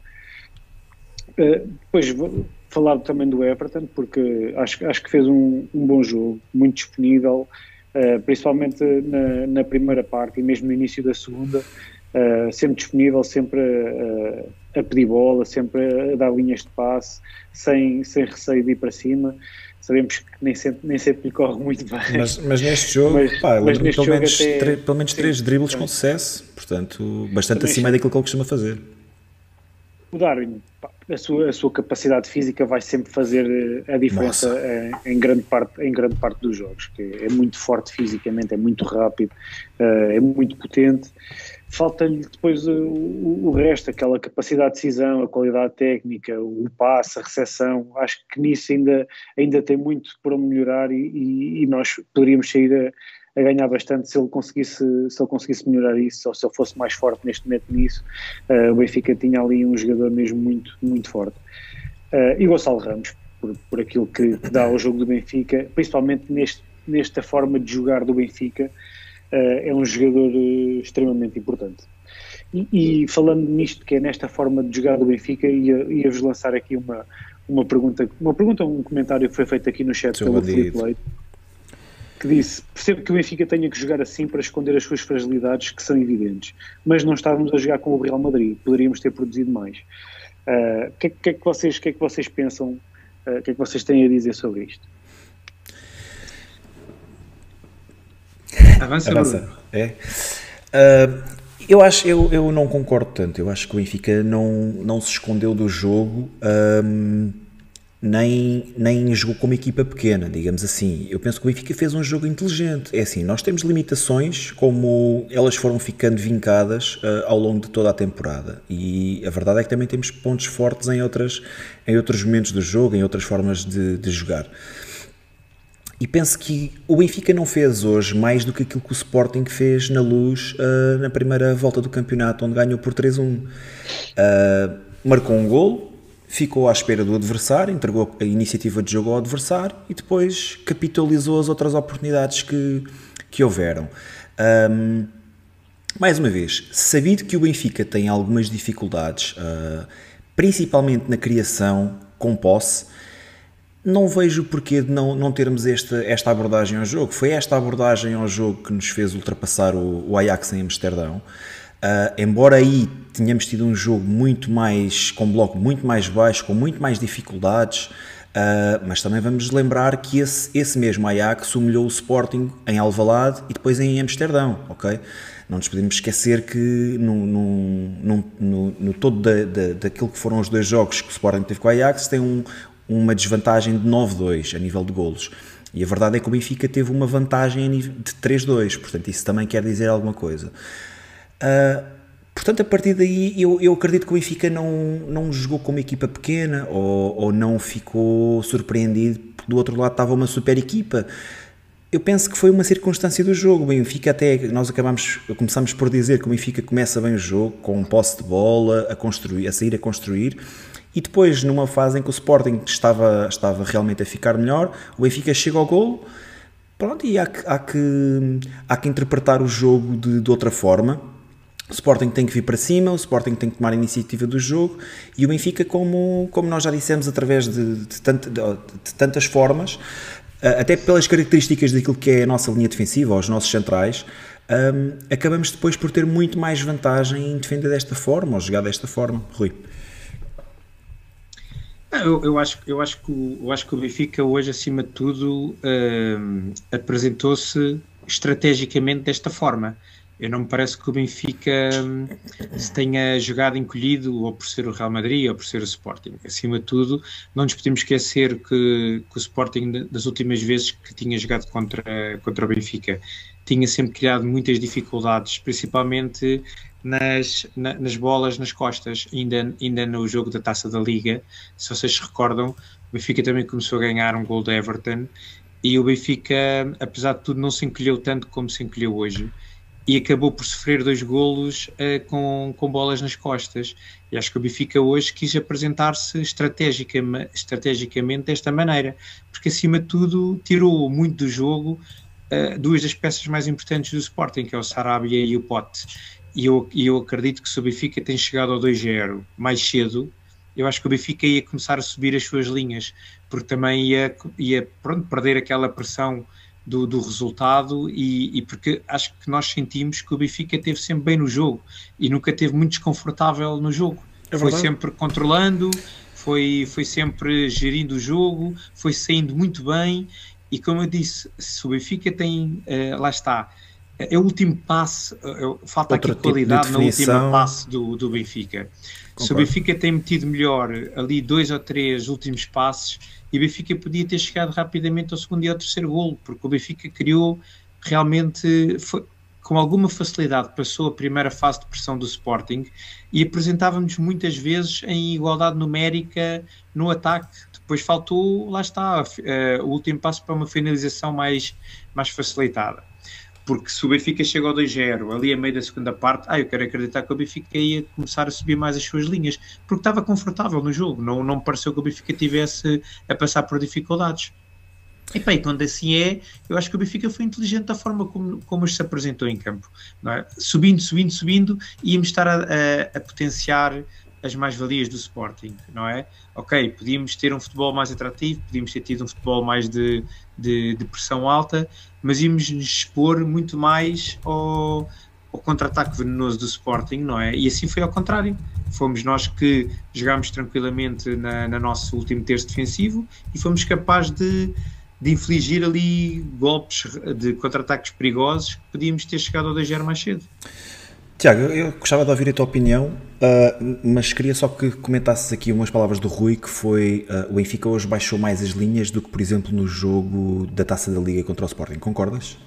Depois vou falar também do Everton, porque acho que fez um bom jogo, muito disponível, principalmente na primeira parte e mesmo no início da segunda, sempre disponível, sempre a pedir bola, sempre a dar linhas de passe, sem receio de ir para cima. Sabemos que nem sempre lhe corre muito bem. Mas neste jogo, lembro-me pelo menos 3 dribles com sucesso, portanto, bastante acima daquilo que ele costuma fazer. O Darwin, a sua capacidade física vai sempre fazer a diferença em grande parte dos jogos, que é muito forte fisicamente, é muito rápido, é muito potente. Falta-lhe depois o resto, aquela capacidade de decisão, a qualidade técnica, o passe, a recepção. Acho que nisso ainda tem muito para melhorar e nós poderíamos sair a ganhar bastante se ele conseguisse melhorar isso, ou se ele fosse mais forte neste momento nisso. O Benfica tinha ali um jogador mesmo muito, muito forte. E o Gonçalo Ramos, por aquilo que dá ao jogo do Benfica, principalmente nesta forma de jogar do Benfica, é um jogador extremamente importante. E falando nisto, que é nesta forma de jogar do Benfica, ia-vos lançar aqui uma pergunta, um comentário que foi feito aqui no chat pelo Filipe Leite, que disse: percebo que o Benfica tenha que jogar assim para esconder as suas fragilidades, que são evidentes, mas não estávamos a jogar com o Real Madrid, poderíamos ter produzido mais. O que é que vocês pensam, o que é que vocês têm a dizer sobre isto? Avança. É. Eu não concordo tanto. Eu acho que o Benfica não se escondeu do jogo, nem jogou como equipa pequena, digamos assim. Eu penso que o Benfica fez um jogo inteligente. É assim, nós temos limitações, como elas foram ficando vincadas ao longo de toda a temporada. E a verdade é que também temos pontos fortes em outros momentos do jogo, em outras formas de jogar. E penso que o Benfica não fez hoje mais do que aquilo que o Sporting fez na Luz na primeira volta do campeonato, onde ganhou por 3-1. Marcou um golo, ficou à espera do adversário, entregou a iniciativa de jogo ao adversário e depois capitalizou as outras oportunidades que houveram. Mais uma vez, sabido que o Benfica tem algumas dificuldades, principalmente na criação com posse, não vejo porquê de não termos esta abordagem ao jogo. Foi esta abordagem ao jogo que nos fez ultrapassar o Ajax em Amsterdão. Embora aí tenhamos tido um jogo com um bloco muito mais baixo, com muito mais dificuldades, mas também vamos lembrar que esse mesmo Ajax humilhou o Sporting em Alvalade e depois em Amsterdão, ok? Não nos podemos esquecer que no todo daquilo que foram os 2 jogos que o Sporting teve com o Ajax, tem uma desvantagem de 9-2 a nível de golos. E a verdade é que o Benfica teve uma vantagem de 3-2, portanto isso também quer dizer alguma coisa. Portanto, a partir daí eu acredito que o Benfica não jogou como equipa pequena ou não ficou surpreendido porque do outro lado estava uma super equipa. Eu penso que foi uma circunstância do jogo. O Benfica nós começamos por dizer que o Benfica começa bem o jogo, com posse de bola, a sair a construir. E depois, numa fase em que o Sporting estava realmente a ficar melhor, o Benfica chega ao golo, pronto, e há que interpretar o jogo de outra forma. O Sporting tem que vir para cima, o Sporting tem que tomar a iniciativa do jogo, e o Benfica, como nós já dissemos, através de tantas formas, até pelas características daquilo que é a nossa linha defensiva, os nossos centrais, acabamos depois por ter muito mais vantagem em defender desta forma, ou jogar desta forma. Rui? Eu acho que o Benfica hoje, acima de tudo, apresentou-se estrategicamente desta forma. Eu não me parece que o Benfica se tenha jogado encolhido, ou por ser o Real Madrid ou por ser o Sporting. Acima de tudo, não nos podemos esquecer que o Sporting, das últimas vezes que tinha jogado contra o Benfica, tinha sempre criado muitas dificuldades, principalmente nas bolas nas costas, ainda no jogo da Taça da Liga. Se vocês se recordam, o Benfica também começou a ganhar um gol da Everton, e o Benfica, apesar de tudo, não se encolheu tanto como se encolheu hoje, e acabou por sofrer 2 golos com bolas nas costas. E acho que o Benfica hoje quis apresentar-se estrategicamente desta maneira, porque acima de tudo tirou muito do jogo 2 das peças mais importantes do Sporting, que é o Sarabia e o Pote. E eu acredito que se o Benfica tem chegado ao 2-0 mais cedo, eu acho que o Benfica ia começar a subir as suas linhas, porque também ia perder aquela pressão do resultado, e porque acho que nós sentimos que o Benfica esteve sempre bem no jogo e nunca esteve muito desconfortável no jogo. Foi sempre controlando, foi sempre gerindo o jogo, foi saindo muito bem e, como eu disse, se o Benfica tem, lá está, é o último passe, falta Outro aqui qualidade tipo na última passe do Benfica. Concordo. Se o Benfica tem metido melhor ali 2 ou 3 últimos passes, e o Benfica podia ter chegado rapidamente ao segundo e ao terceiro golo, porque o Benfica criou realmente, com alguma facilidade, passou a primeira fase de pressão do Sporting e apresentávamos muitas vezes em igualdade numérica no ataque. Depois faltou, lá está, o último passo para uma finalização mais facilitada. Porque se o Benfica chega ao 2-0 ali a meio da segunda parte, eu quero acreditar que o Benfica ia começar a subir mais as suas linhas, porque estava confortável no jogo, não me pareceu que o Benfica tivesse a passar por dificuldades. E quando assim é, eu acho que o Benfica foi inteligente da forma como se apresentou em campo, não é? Subindo, íamos estar a potenciar as mais-valias do Sporting, não é? Ok, podíamos ter um futebol mais atrativo, podíamos ter tido um futebol mais de pressão alta, mas íamos nos expor muito mais ao contra-ataque venenoso do Sporting, não é? E assim foi ao contrário. Fomos nós que jogámos tranquilamente no nosso último terço defensivo e fomos capazes de infligir ali golpes de contra-ataques perigosos que podíamos ter chegado ao 2-0 mais cedo. Tiago, eu gostava de ouvir a tua opinião, mas queria só que comentasses aqui umas palavras do Rui, que foi o Benfica hoje baixou mais as linhas do que, por exemplo, no jogo da Taça da Liga contra o Sporting. Concordas?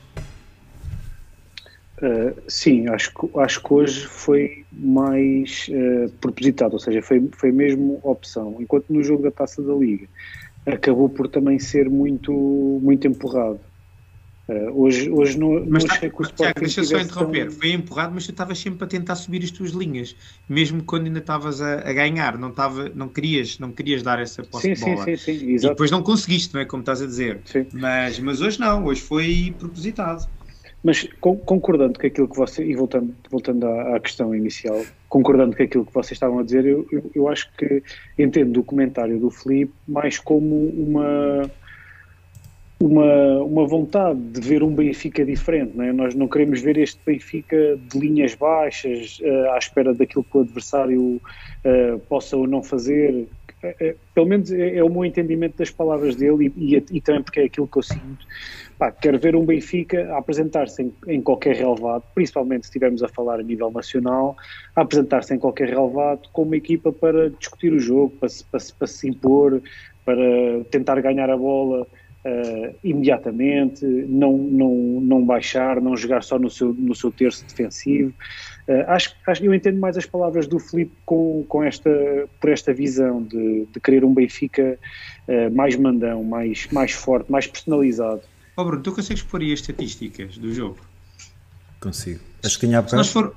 Sim, acho que hoje foi mais propositado, ou seja, foi mesmo opção, enquanto no jogo da Taça da Liga acabou por também ser muito empurrado. Hoje não achei que o Sporting Tiago, deixa só interromper, foi empurrado, mas tu estavas sempre a tentar subir as tuas linhas, mesmo quando ainda estavas a ganhar, não querias dar essa posse de bola. Sim, e depois não conseguiste, não é como estás a dizer. Mas hoje não, hoje foi propositado. Mas concordando com aquilo que você, e voltando à questão inicial, concordando com aquilo que vocês estavam a dizer, eu acho que entendo o comentário do Filipe mais como uma vontade de ver um Benfica diferente, não é? Nós não queremos ver este Benfica de linhas baixas, à espera daquilo que o adversário possa ou não fazer. Pelo menos é o meu entendimento das palavras dele e também porque é aquilo que eu sinto. Quero ver um Benfica a apresentar-se em qualquer relevado, principalmente se estivermos a falar a nível nacional, a apresentar-se em qualquer relevado com uma equipa para discutir o jogo, para se impor, para tentar ganhar a bola imediatamente, não baixar, não jogar só no seu terço defensivo. Eu entendo mais as palavras do Filipe por esta visão de querer um Benfica mais mandão, mais forte, mais personalizado. Bruno, tu consegues pôr aí as estatísticas do jogo? Consigo. Acho que tinha a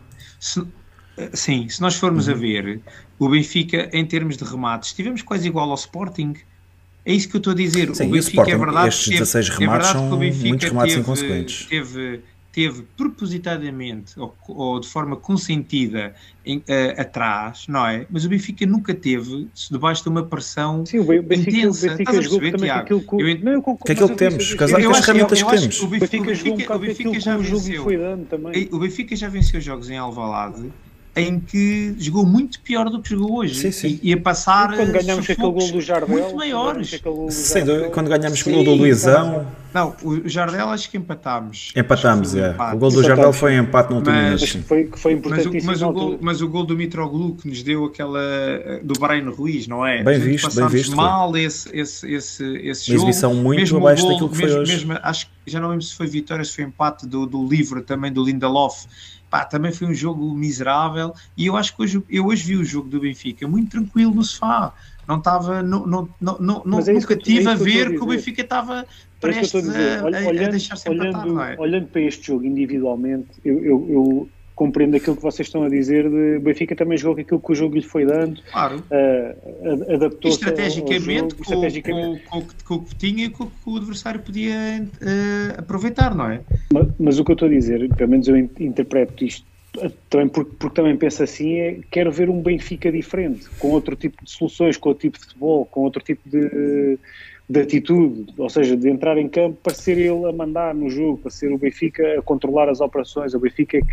se nós formos a ver o Benfica em termos de remates, estivemos quase igual ao Sporting. É isso que eu estou a dizer. Sim, o Benfica, Sporting, é verdade, estes 16 remates são muitos remates inconsequentes. Teve propositadamente ou de forma consentida atrás, não é? Mas o Benfica nunca teve debaixo de uma pressão intensa. Benfica jogou também aquilo que temos. As ferramentas que temos. O Benfica já venceu. O Benfica já venceu jogos em Alvalade em que jogou muito pior do que jogou hoje. Sim. E a passar quando ganhamos aquele gol do Jardel, muito maiores. Quando ganhamos com o gol do Luizão. Não, o Jardel acho que empatámos. O gol do Jardel foi um empate no último minuto. Foi importantíssimo. Mas o gol do Mitroglou que nos deu aquela do Breno Ruiz, não é? Bem visto. Mal esse jogo. Uma exibição muito mesmo abaixo daquilo que foi hoje. Acho que já não lembro se foi vitória, se foi empate do livro também do Lindelof. Também foi um jogo miserável e eu acho que eu hoje vi o jogo do Benfica muito tranquilo no sofá. Não estava, nunca tive a ver que o Benfica estava prestes a deixar-se empatar, não é? Olhando para este jogo individualmente, eu compreendo aquilo que vocês estão a dizer. De Benfica também jogou aquilo que o jogo lhe foi dando, adaptou-se estrategicamente com o que tinha e com o que o adversário podia aproveitar, não é? Mas o que eu estou a dizer, pelo menos eu interpreto isto também porque também penso assim, quero ver um Benfica diferente, com outro tipo de soluções, com outro tipo de futebol, com outro tipo de atitude, ou seja, de entrar em campo para ser ele a mandar no jogo, para ser o Benfica a controlar as operações. O Benfica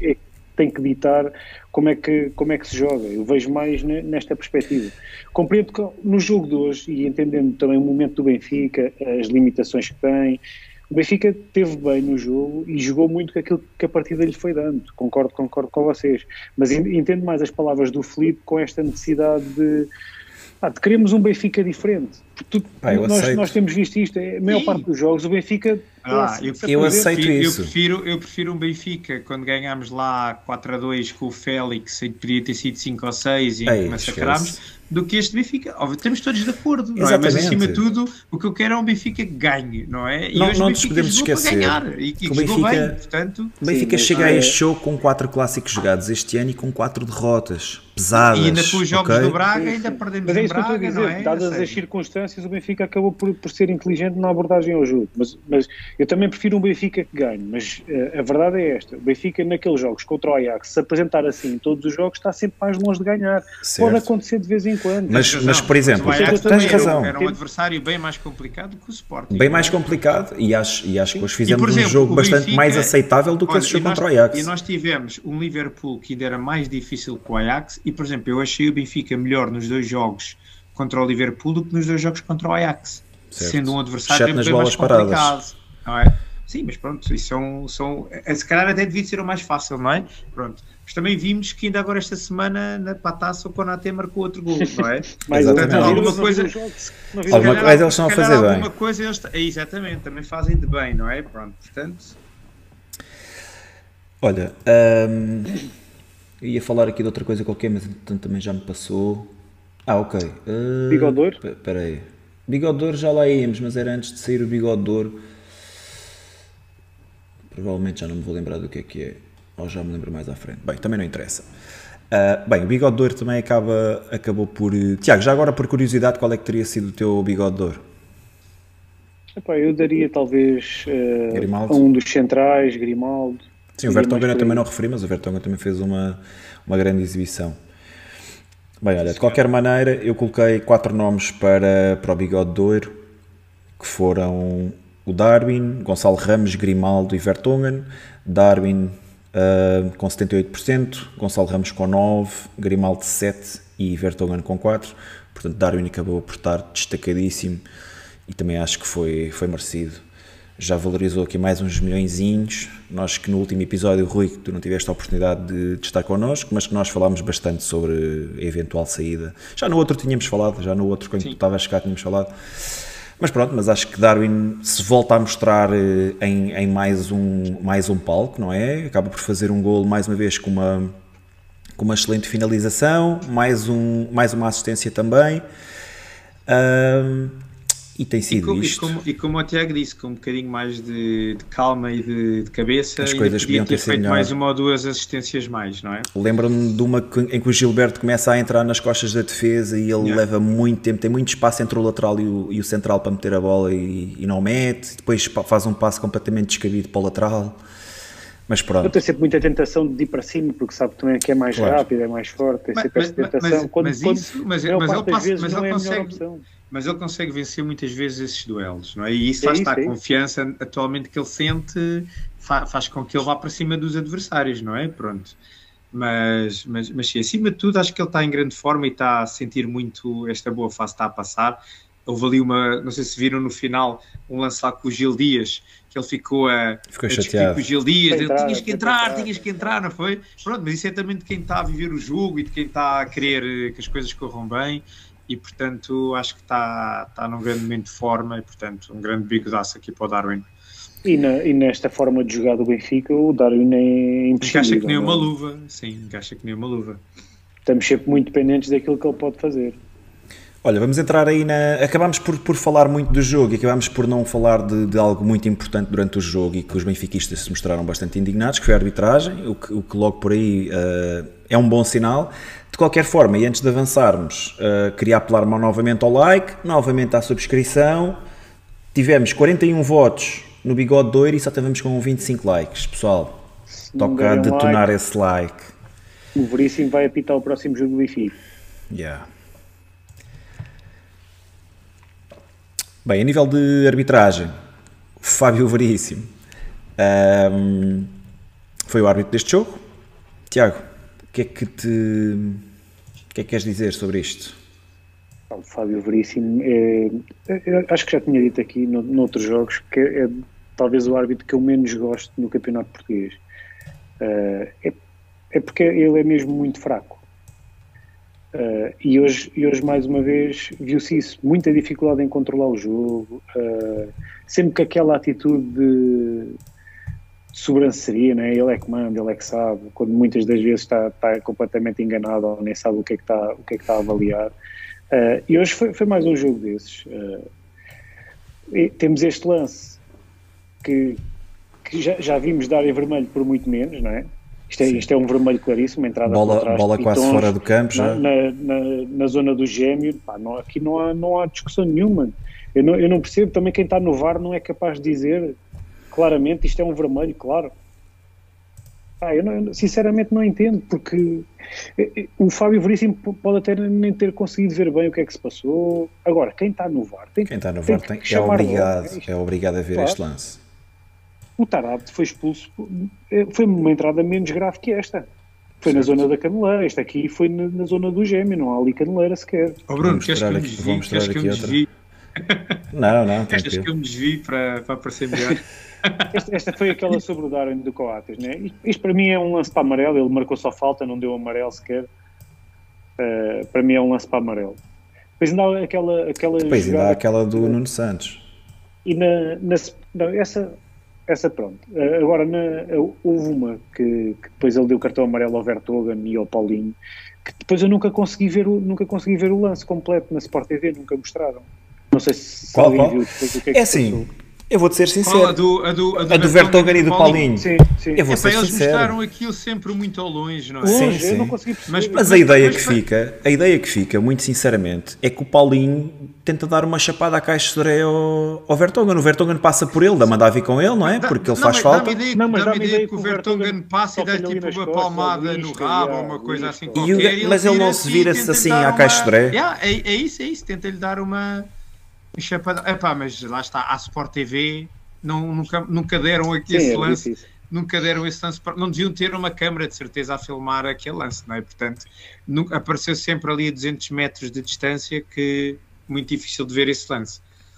tem que ditar como é que se joga. Eu vejo mais nesta perspectiva. Compreendo que no jogo de hoje, e entendendo também o momento do Benfica, as limitações que tem, o Benfica teve bem no jogo e jogou muito com aquilo que a partida lhe foi dando. Concordo com vocês. Mas entendo mais as palavras do Filipe com esta necessidade de queremos um Benfica diferente. Nós temos visto isto, a maior parte dos jogos, o Benfica... eu aceito isso. Eu prefiro um Benfica, quando ganhámos lá 4-2 com o Félix, e podia ter sido 5 ou 6 e massacrámos, do que este Benfica. Óbvio, estamos todos de acordo, não é? Mas acima de tudo, o que eu quero é um Benfica que ganhe, não é? E hoje não o nos Benfica podemos jogou esquecer para ganhar, e que o jogou Benfica, bem, portanto... O Benfica chega a este jogo com 4 clássicos jogados este ano e com 4 derrotas pesadas. E ainda com os jogos do Braga, ainda perdemos mas é em isso que eu estou a Braga, dizer, não é? dadas as circunstâncias, o Benfica acabou por ser inteligente na abordagem ao jogo, mas eu também prefiro um Benfica que ganhe, mas a verdade é esta, o Benfica naqueles jogos contra o Ajax, se apresentar assim em todos os jogos, está sempre mais longe de ganhar. Certo. Pode acontecer de vez em quando. Mas por exemplo, tens razão. Era um adversário bem mais complicado que o Sporting. Bem mais complicado, e acho que hoje fizemos um jogo bastante Benfica, mais aceitável do que esse jogo contra o Ajax. E nós tivemos um Liverpool que ainda era mais difícil que o Ajax, e por exemplo, eu achei o Benfica melhor nos 2 jogos contra o Liverpool do que nos 2 jogos contra o Ajax, certo. Sendo um adversário nas bem bolas mais complicado, paradas. não é? Sim, mas pronto, isso se calhar até devia ser o mais fácil, não é? Pronto. Mas também vimos que ainda agora esta semana para a taça o Konaté marcou outro gol, não é? Mas alguma coisa eles estão a fazer bem. Alguma coisa exatamente, também fazem de bem, não é? Pronto, portanto... Olha, eu ia falar aqui de outra coisa qualquer, mas entretanto também já me passou. Ok. Bigode de Ouro? Espera aí. Bigode de Ouro já lá íamos, mas era antes de sair o Bigode de Ouro. Provavelmente já não me vou lembrar do que é, ou já me lembro mais à frente. Bem, também não interessa. Bem, o Bigode de Ouro também acabou por... Tiago, já agora por curiosidade, qual é que teria sido o teu Bigode de Ouro? Eu daria talvez a um dos centrais, Grimaldo. Sim, o Vertonghen eu também não referi, mas o Vertonghen também fez uma grande exibição. Bem, olha, de qualquer maneira, eu coloquei 4 nomes para o Bigode de Ouro, que foram o Darwin, Gonçalo Ramos, Grimaldo e Vertonghen. Darwin com 78%, Gonçalo Ramos com 9%, Grimaldo 7% e Vertonghen com 4%. Portanto, Darwin acabou por estar destacadíssimo e também acho que foi merecido. Já valorizou aqui mais uns milhõezinhos. Nós que no último episódio, Rui, que tu não tiveste a oportunidade de estar connosco, mas que nós falámos bastante sobre a eventual saída. Já no outro tínhamos falado, já no outro quando tu estavas cá tínhamos falado. Mas pronto, mas acho que Darwin se volta a mostrar em mais um palco, não é? Acaba por fazer um golo mais uma vez com uma excelente finalização, mais uma assistência também. E tem sido isto. E como o Tiago disse, com um bocadinho mais de calma e de cabeça, as coisas podia ter feito melhor. mais uma ou 2 assistências mais, não é? Lembro-me de uma em que o Gilberto começa a entrar nas costas da defesa e ele leva muito tempo, tem muito espaço entre o lateral e o central para meter a bola e não mete, depois faz um passo completamente descabido para o lateral. Mas pronto. Eu tenho sempre muita tentação de ir para cima, porque sabe também que é mais rápido, é mais forte, tem sempre essa tentação. Mas ele consegue vencer muitas vezes esses duelos, não é? E isso a confiança atualmente que ele sente faz com que ele vá para cima dos adversários, não é? Pronto. Mas sim, acima de tudo, acho que ele está em grande forma e está a sentir muito esta boa fase que está a passar. Houve ali não sei se viram no final, um lance lá com o Gil Dias, que ele ficou chateado com o Gil Dias, tinhas que entrar, não foi? Pronto, mas isso é também de quem está a viver o jogo e de quem está a querer que as coisas corram bem. E, portanto, acho que está num grande momento de forma e, portanto, um grande bigodaço aqui para o Darwin. E nesta forma de jogar do Benfica, o Darwin é impossível. Encaixa que nem uma luva, sim, encaixa que nem uma luva. Estamos sempre muito dependentes daquilo que ele pode fazer. Olha, vamos entrar aí acabámos por falar muito do jogo e acabámos por não falar de algo muito importante durante o jogo e que os benfiquistas se mostraram bastante indignados, que foi a arbitragem, o que logo por aí é um bom sinal. De qualquer forma, e antes de avançarmos, queria apelar novamente ao like, novamente à subscrição. Tivemos 41 votos no Bigode de Ouro e só tivemos com 25 likes. Pessoal, toca a detonar esse like. O Veríssimo vai apitar o próximo jogo do Benfica. Bem, a nível de arbitragem, Fábio Veríssimo foi o árbitro deste jogo. Tiago, o que é que queres dizer sobre isto? O Fábio Veríssimo, acho que já tinha dito aqui noutros jogos, que é talvez o árbitro que eu menos gosto no campeonato português. É porque ele é mesmo muito fraco. E hoje, mais uma vez, viu-se isso. Muita dificuldade em controlar o jogo. Sempre que aquela atitude de sobranceria, né? Ele é que manda, ele é que sabe, quando muitas das vezes está completamente enganado ou nem sabe o que é que está a avaliar. E hoje foi mais um jogo desses. Temos este lance que já vimos dar em vermelho por muito menos, não é? Isto é um vermelho claríssimo, uma entrada por trás, bola quase fora do campo já. Na zona do gêmeo. Pá, aqui não há discussão nenhuma. Eu não percebo também, quem está no VAR não é capaz de dizer claramente isto é um vermelho, claro. Eu sinceramente não entendo, porque o Fábio Veríssimo pode até nem ter conseguido ver bem o que é que se passou. Agora, quem está no VAR é obrigado a ver este lance. O Tarapte foi expulso, foi uma entrada menos grave que esta. Foi na zona da caneleira. Esta aqui foi na zona do gêmeo, não há ali caneleira sequer. Bruno, queres que eu me desvie? Não, Estas que eu me desvie para aparecer melhor. Esta foi aquela sobre o Darwin do Coates, né? Isto para mim é um lance para amarelo. Ele marcou só falta, não deu amarelo sequer. Para mim é um lance para amarelo. Depois ainda há aquela do Nuno Santos. E essa pronto. Agora houve uma que depois ele deu cartão amarelo ao Vertonghen e ao Paulinho, que depois eu nunca consegui ver o lance completo na Sport TV, nunca mostraram. Não sei se alguém viu depois o que é que assim, eu vou-te ser sincero. A do Vertonghen e do Paulinho. Sim. Eu vou ser eles sincero. mostraram aquilo sempre muito ao longe, não é? Sim. Eu não consegui perceber. Mas a ideia que fica, muito sinceramente, é que o Paulinho tenta dar uma chapada à caixa de areia ao Vertonghen. O Vertonghen passa por ele, dá-me a vir com ele, não é? Porque ele faz falta. Dá-me ideia que o Vertonghen passa e dá-lhe tipo uma palmada no rabo ou uma coisa assim qualquer. Mas ele não se vira assim à caixa de areia. É isso. Tenta-lhe dar uma chapada. Mas lá está, a Sport TV nunca deram aqui esse lance. Nunca deram esse lance, não deviam ter uma câmara de certeza a filmar aquele lance, não é? Portanto, apareceu sempre ali a 200 metros de distância, que muito difícil de ver esse lance.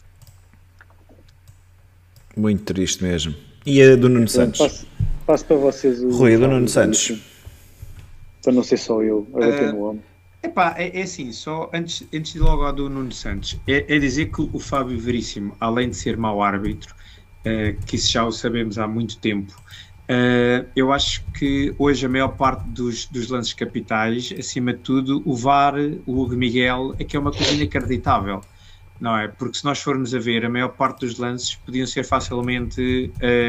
Muito triste mesmo. E a do Nuno Santos? Passo para vocês o Rui, do Nuno Santos. Para não ser só eu a bater no homem. É assim, só antes de ir logo ao do Nuno Santos, é dizer que o Fábio Veríssimo, além de ser mau árbitro, que isso já o sabemos há muito tempo, eu acho que hoje a maior parte dos lances capitais, acima de tudo, o VAR, o Hugo Miguel, é que é uma coisa inacreditável, não é? Porque se nós formos a ver, a maior parte dos lances podiam ser facilmente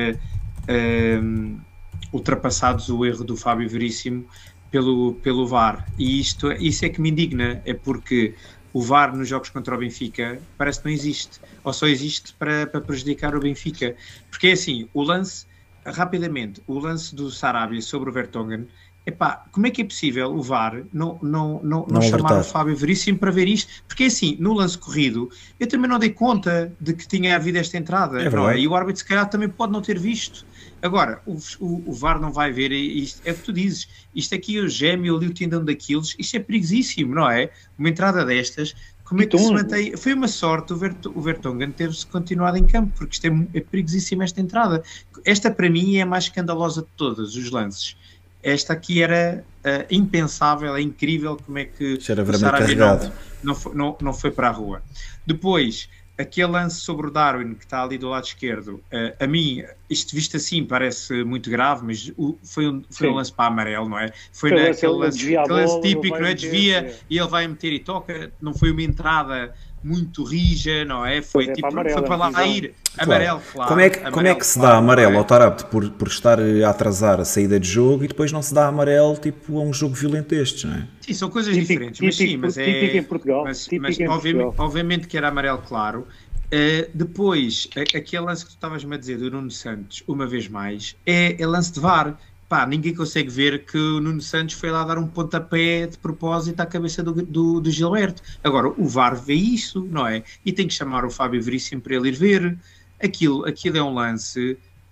ultrapassados, o erro do Fábio Veríssimo pelo VAR, e isso é que me indigna, é porque o VAR nos jogos contra o Benfica parece que não existe, ou só existe para prejudicar o Benfica, porque é assim, o lance do Sarabia sobre o Vertonghen, como é que é possível o VAR não chamar o Fábio Veríssimo para ver isto? Porque é assim, no lance corrido, eu também não dei conta de que tinha havido esta entrada, não é? E o árbitro se calhar também pode não ter visto. Agora, o VAR não vai ver isto, é o que tu dizes, isto aqui, o gêmeo ali, o tendão daqueles, isto é perigosíssimo, não é? Uma entrada destas, como é que se mantém? Foi uma sorte o Vertonghen ter-se continuado em campo, porque isto é perigosíssimo, esta entrada. Esta para mim é a mais escandalosa de todas, os lances. Esta aqui era impensável, é incrível como é que o Sarabia não foi para a rua. Depois, aquele lance sobre o Darwin, que está ali do lado esquerdo, a mim, isto visto assim parece muito grave, mas foi um lance para amarelo, não é? Foi naquele lance típico, não é? Desvia e ele vai meter e toca, não foi uma entrada muito rija, não é? Foi para lá ir. Amarelo, claro. Como é que se dá amarelo ao Tarapte por estar a atrasar a saída de jogo e depois não se dá amarelo tipo a um jogo violento destes, não é? Sim, são coisas diferentes, mas típico em Portugal. Mas obviamente que era amarelo, claro. Depois, aquele lance que tu estavas-me a dizer do Nuno Santos, uma vez mais, é lance de VAR. Ninguém consegue ver que o Nuno Santos foi lá dar um pontapé de propósito à cabeça do Gilberto. Agora, o VAR vê isso, não é? E tem que chamar o Fábio Veríssimo para ele ir ver. Aquilo é um lance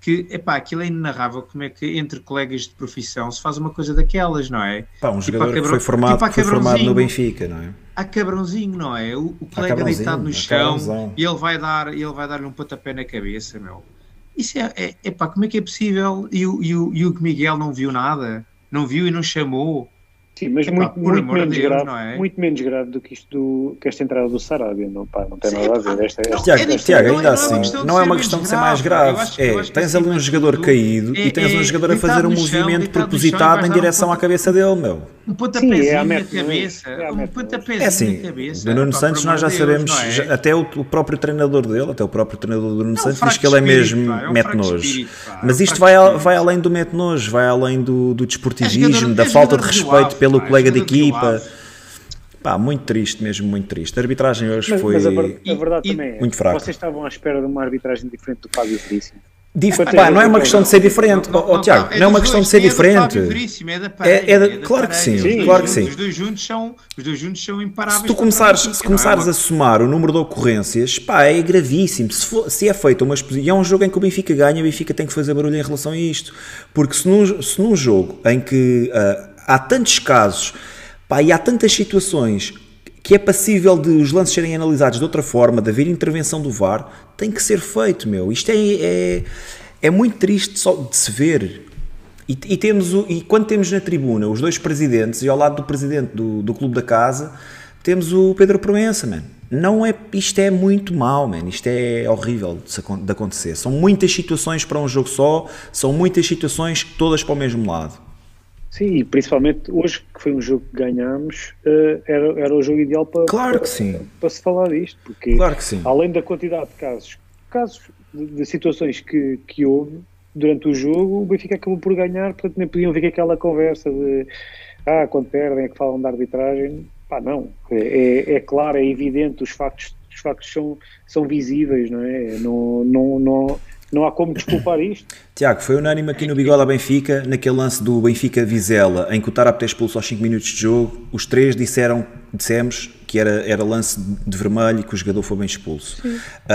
que, epá, aquilo é inenarrável como é que entre colegas de profissão se faz uma coisa daquelas, não é? Pá, um jogador que foi formado no Benfica, não é? Há cabrãozinho, não é? O colega deitado no chão e ele vai dar-lhe um pontapé na cabeça, meu. Isso pá, como é que é possível? E o Miguel não viu nada? Não viu e não chamou? Sim, mas muito menos grave do que que esta entrada do Sarabia, não tem nada a ver. Tiago, ainda assim, não é uma questão de ser mais grave. Tens ali um jogador caído e tens um jogador a fazer um movimento propositado em direção à cabeça dele, meu. Um pontapézinho na cabeça. Um pontapézinho na cabeça. Do Nuno Santos nós já sabemos, até o próprio treinador dele, até o próprio treinador do Nuno Santos diz que ele é mesmo mete-nojo. Mas isto vai além do mete-nojo, vai além do desportivismo, da falta de respeito pelo colega de equipa. Pá, muito triste mesmo, muito triste. A arbitragem hoje foi a verdade também muito fraca. Vocês estavam à espera de uma arbitragem diferente do Fábio Veríssimo? Não é uma questão de ser diferente, Tiago, não é uma questão de ser diferente. Claro que sim, claro que sim. Os dois juntos são imparáveis. Se tu começares a somar o número de ocorrências, pá, é gravíssimo. Se é feita uma exposição, e é um jogo em que o Benfica ganha, o Benfica tem que fazer barulho em relação a isto. Porque se num jogo em que há tantos casos, pá, e há tantas situações que é passível de os lances serem analisados de outra forma, de haver intervenção do VAR, tem que ser feito, meu. Isto é muito triste só de se ver. E quando temos na tribuna os dois presidentes, e ao lado do presidente do clube da casa, temos o Pedro Proença, man. Isto é muito mau, man. Isto é horrível de acontecer. São muitas situações para um jogo só, são muitas situações todas para o mesmo lado. Sim, e principalmente hoje, que foi um jogo que ganhámos, era o jogo ideal para se falar disto, porque claro que sim. Além da quantidade de casos de situações que houve durante o jogo, o Benfica acabou por ganhar, portanto nem podiam vir aquela conversa de quando perdem é que falam da arbitragem. Pá, não, é claro, é evidente, os factos são visíveis, não é? Não há como desculpar isto. Tiago, foi unânime aqui no Bigode ao Benfica, naquele lance do Benfica-Vizela, em que o Tarap ter expulso aos 5 minutos de jogo, os três dissemos que era lance de vermelho e que o jogador foi bem expulso.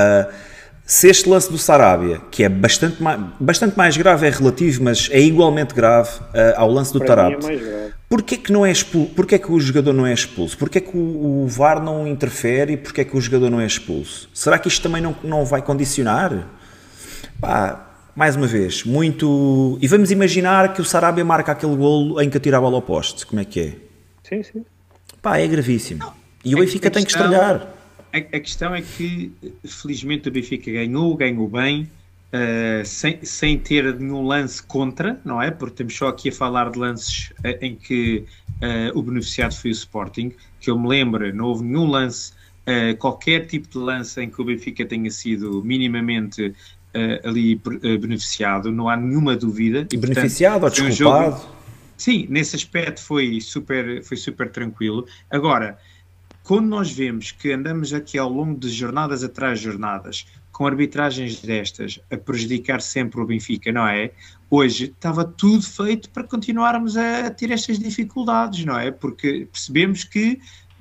Se este lance do Sarabia, que é bastante mais grave, é relativo, mas é igualmente grave ao lance do Tarap, porquê que o jogador não é expulso? Porquê que o VAR não interfere e porquê que o jogador não é expulso? Será que isto também não vai condicionar? Pá, mais uma vez, muito... E vamos imaginar que o Sarabia marca aquele golo em que atira a bola ao poste. Como é que é? Sim. Pá, é gravíssimo. E o Benfica tem que estrelhar. A questão é que, felizmente, o Benfica ganhou bem, sem ter nenhum lance contra, não é? Porque estamos só aqui a falar de lances em que o beneficiado foi o Sporting, que eu me lembro, não houve nenhum lance, qualquer tipo de lance em que o Benfica tenha sido minimamente... ali beneficiado, não há nenhuma dúvida. E beneficiado ou desculpado? Sim, nesse aspecto foi super tranquilo. Agora, quando nós vemos que andamos aqui ao longo de jornadas atrás de jornadas, com arbitragens destas, a prejudicar sempre o Benfica, não é? Hoje estava tudo feito para continuarmos a ter estas dificuldades, não é? Porque percebemos que...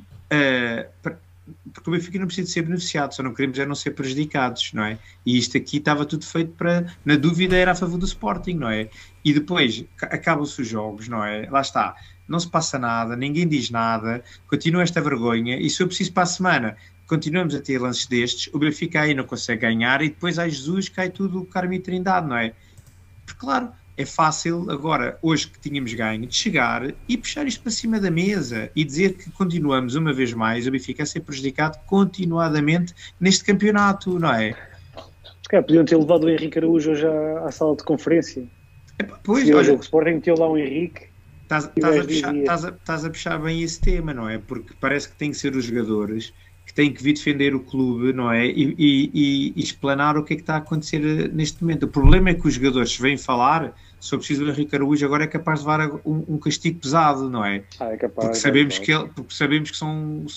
porque o Benfica não precisa de ser beneficiado, só não queremos não ser prejudicados, não é? E isto aqui estava tudo feito para, na dúvida, era a favor do Sporting, não é? E depois acabam-se os jogos, não é? Lá está, não se passa nada, ninguém diz nada, continua esta vergonha, e se eu preciso para a semana, continuamos a ter lances destes, o Benfica aí não consegue ganhar, e depois, ai Jesus, cai tudo o Carmo e Trindade, não é? Porque, claro, é fácil, agora, hoje que tínhamos ganho, de chegar e puxar isto para cima da mesa e dizer que continuamos, uma vez mais, o Benfica a ser prejudicado continuadamente neste campeonato, não é? Se calhar podiam ter levado o Henrique Araújo hoje à sala de conferência. Pois, olha, o Sporting meteu lá o Henrique. Estás a puxar bem esse tema, não é? Porque parece que tem que ser os jogadores que têm que vir defender o clube, não é? E explanar o que é que está a acontecer neste momento. O problema é que os jogadores vêm falar sobre preciso do Henrique Araújo, agora é capaz de levar um castigo pesado, não é? É capaz, porque sabemos que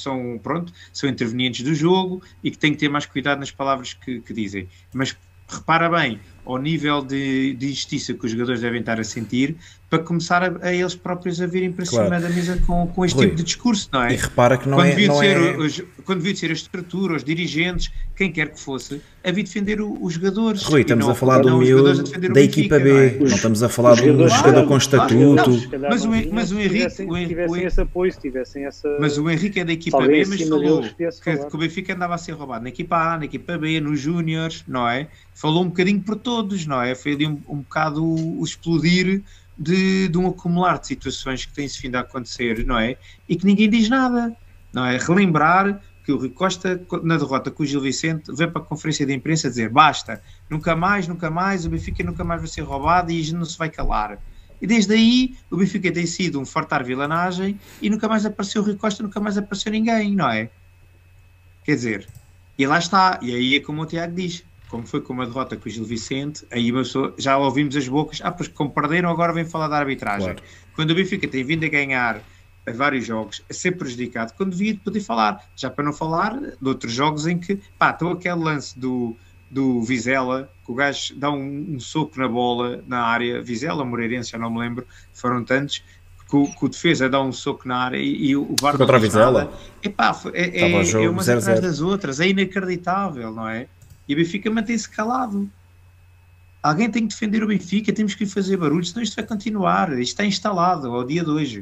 são intervenientes do jogo e que têm que ter mais cuidado nas palavras que dizem. Mas repara bem, ao nível de injustiça que os jogadores devem estar a sentir, para começar a eles próprios a virem para cima da mesa com este tipo de discurso, não é? E repara que quando devia ser a estrutura, os dirigentes, quem quer que fosse, havia de defender os jogadores. Rui, estamos a falar do miúdo da equipa B, não estamos a falar de um jogador com estatuto. Mas o Henrique... tivessem esse apoio, se tivessem essa... Mas o Henrique é da equipa B, mas falou que o Benfica andava a ser roubado na equipa A, na equipa B, nos Júniores, não é? Falou um bocadinho por todos, não é? Foi ali um bocado o explodir de um acumular de situações que têm-se vindo a acontecer, não é? E que ninguém diz nada, não é? Relembrar que o Rui Costa, na derrota com o Gil Vicente, veio para a conferência de imprensa dizer basta, nunca mais, o Benfica nunca mais vai ser roubado e a gente não se vai calar. E desde aí o Benfica tem sido um fartar vilanagem e nunca mais apareceu o Rui Costa, nunca mais apareceu ninguém, não é? Quer dizer, e lá está, e aí é como o Tiago diz, como foi com uma derrota com o Gil Vicente, aí já ouvimos as bocas, pois como perderam agora vem falar da arbitragem. Claro. Quando o Benfica tem vindo a ganhar a vários jogos, a ser prejudicado, quando devia poder falar, já para não falar de outros jogos em que, estou aquele lance do Vizela, que o gajo dá um soco na bola na área, Vizela, Moreirense, já não me lembro, foram tantos, que o defesa dá um soco na área e o VAR contra a Vizela. É umas atrás das outras, é inacreditável, não é? E o Benfica mantém-se calado. Alguém tem que defender o Benfica, temos que lhe fazer barulho, senão isto vai continuar. Isto está instalado ao dia de hoje.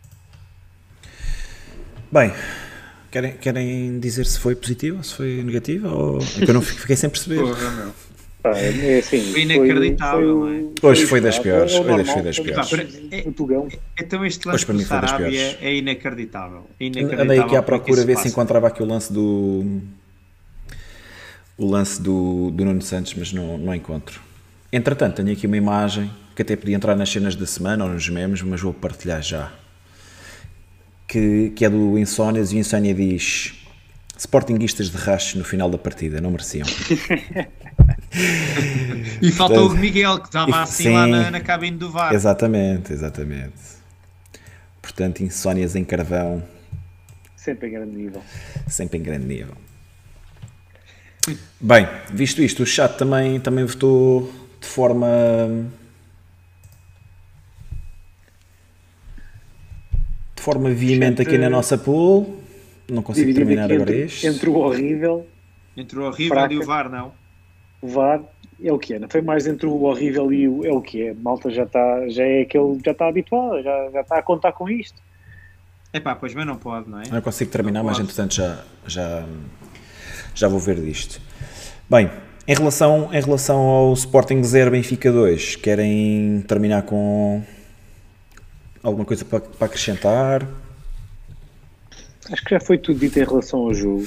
Bem, querem dizer se foi positivo ou se foi negativo? Ou... É que eu não fiquei sem perceber. Porra, meu. Assim, foi inacreditável, não é? Hoje foi das piores. Então este lance do Sarabia é inacreditável. Andei aqui à procura ver se encontrava aqui o lance do Nuno Santos, mas não encontro. Entretanto, tenho aqui uma imagem que até podia entrar nas cenas da semana ou nos memes, mas vou partilhar já. Que é do Insónias, e o Insónia diz: Sportinguistas de rachos no final da partida, não mereciam. E faltou o Miguel, que estava assim lá na cabine do VAR. Exatamente. Portanto, Insónias em carvão. Sempre em grande nível. Bem, visto isto, o chat também votou de forma veemente aqui na nossa pool. Não consigo terminar agora isto. Entre o horrível fraca, e o VAR, não? O VAR é o que é, não foi mais entre o horrível e o é o que é. Malta já está habituada, já está a contar com isto. Pois bem, não pode, não é? Não consigo terminar, mas entretanto já vou ver disto. Bem, em relação ao Sporting 0 Benfica 2, querem terminar com alguma coisa para acrescentar? Acho que já foi tudo dito em relação ao jogo.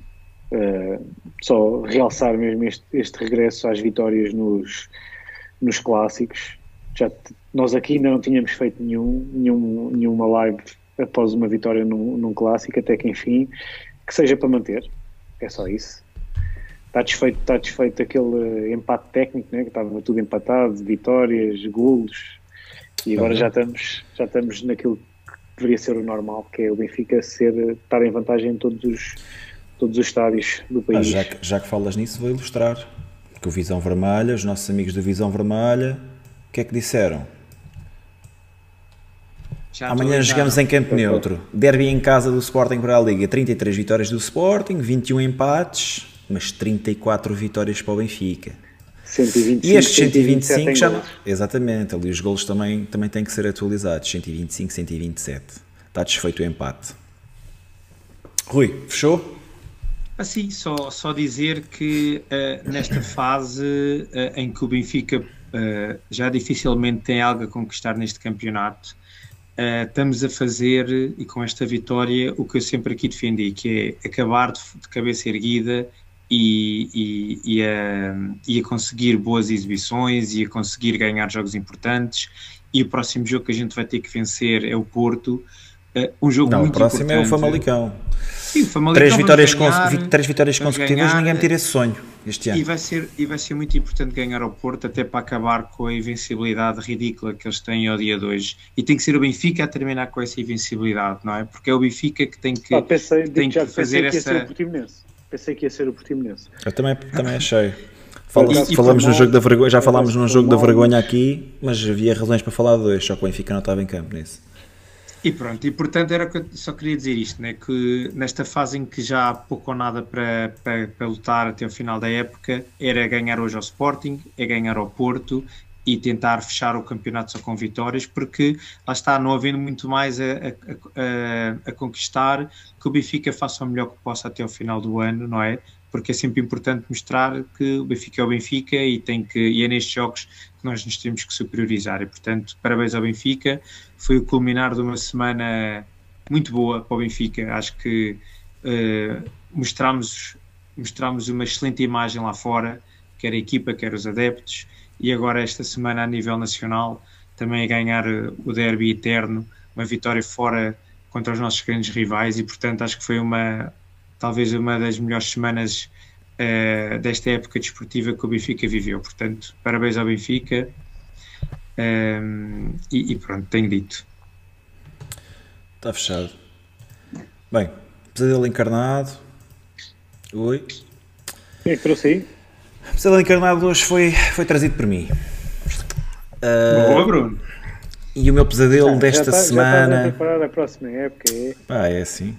Só realçar mesmo este regresso às vitórias nos clássicos. Nós aqui ainda não tínhamos feito nenhuma live após uma vitória num clássico, até que enfim, que seja para manter. É só isso. Está desfeito aquele empate técnico, né? Que estava tudo empatado, vitórias, golos, e agora já estamos naquilo que deveria ser o normal, que é o Benfica estar em vantagem em todos os estádios do país. Já que falas nisso, vou ilustrar. Que o Visão Vermelha, os nossos amigos do Visão Vermelha, o que é que disseram? Amanhã jogamos em campo neutro. Derby em casa do Sporting para a Liga. 33 vitórias do Sporting, 21 empates, mas 34 vitórias para o Benfica. 125, e estes 125 já não... Exatamente, ali os golos também têm que ser atualizados. 125, 127. Está desfeito o empate. Rui, fechou? Assim, só dizer que nesta fase em que o Benfica já dificilmente tem algo a conquistar neste campeonato, estamos a fazer, e com esta vitória, o que eu sempre aqui defendi, que é acabar de cabeça erguida e a conseguir boas exibições e a conseguir ganhar jogos importantes. E o próximo jogo que a gente vai ter que vencer é o Porto. Um jogo muito importante. O próximo é o Famalicão. Sim, o Famalicão. 3 vitórias consecutivas, ninguém me tira esse sonho este ano. E vai ser muito importante ganhar ao Porto, até para acabar com a invencibilidade ridícula que eles têm ao dia de hoje. E tem que ser o Benfica a terminar com essa invencibilidade, não é? Porque é o Benfica que tem que, fazer essa... Pensei que ia ser o Portimonense. Eu também achei. Falamos no jogo da vergonha, já falámos num jogo da vergonha aqui, mas havia razões para falar de dois, só que o Benfica não estava em campo nisso. E pronto, e portanto era que eu só queria dizer isto, né? Que nesta fase em que já há pouco ou nada para lutar até o final da época, era ganhar hoje ao Sporting, é ganhar ao Porto e tentar fechar o campeonato só com vitórias, porque lá está, não havendo muito mais a conquistar, que o Benfica faça o melhor que possa até ao final do ano, não é? Porque é sempre importante mostrar que o Benfica é o Benfica e é nestes jogos que nós nos temos que superiorizar. E, portanto, parabéns ao Benfica. Foi o culminar de uma semana muito boa para o Benfica. Acho que mostramos uma excelente imagem lá fora, quer a equipa, quer os adeptos. E agora, esta semana, a nível nacional, também a ganhar o derby eterno, uma vitória fora contra os nossos grandes rivais. E, portanto, acho que foi talvez uma das melhores semanas desta época desportiva que o Benfica viveu. Portanto, parabéns ao Benfica e pronto, tenho dito. Está fechado. Bem, Pesadelo Encarnado. Oi. Quem é que trouxe aí? Pesadelo Encarnado hoje foi trazido por mim. Boa, Bruno. E o meu pesadelo desta semana... Já está a preparar a próxima época, é? É assim.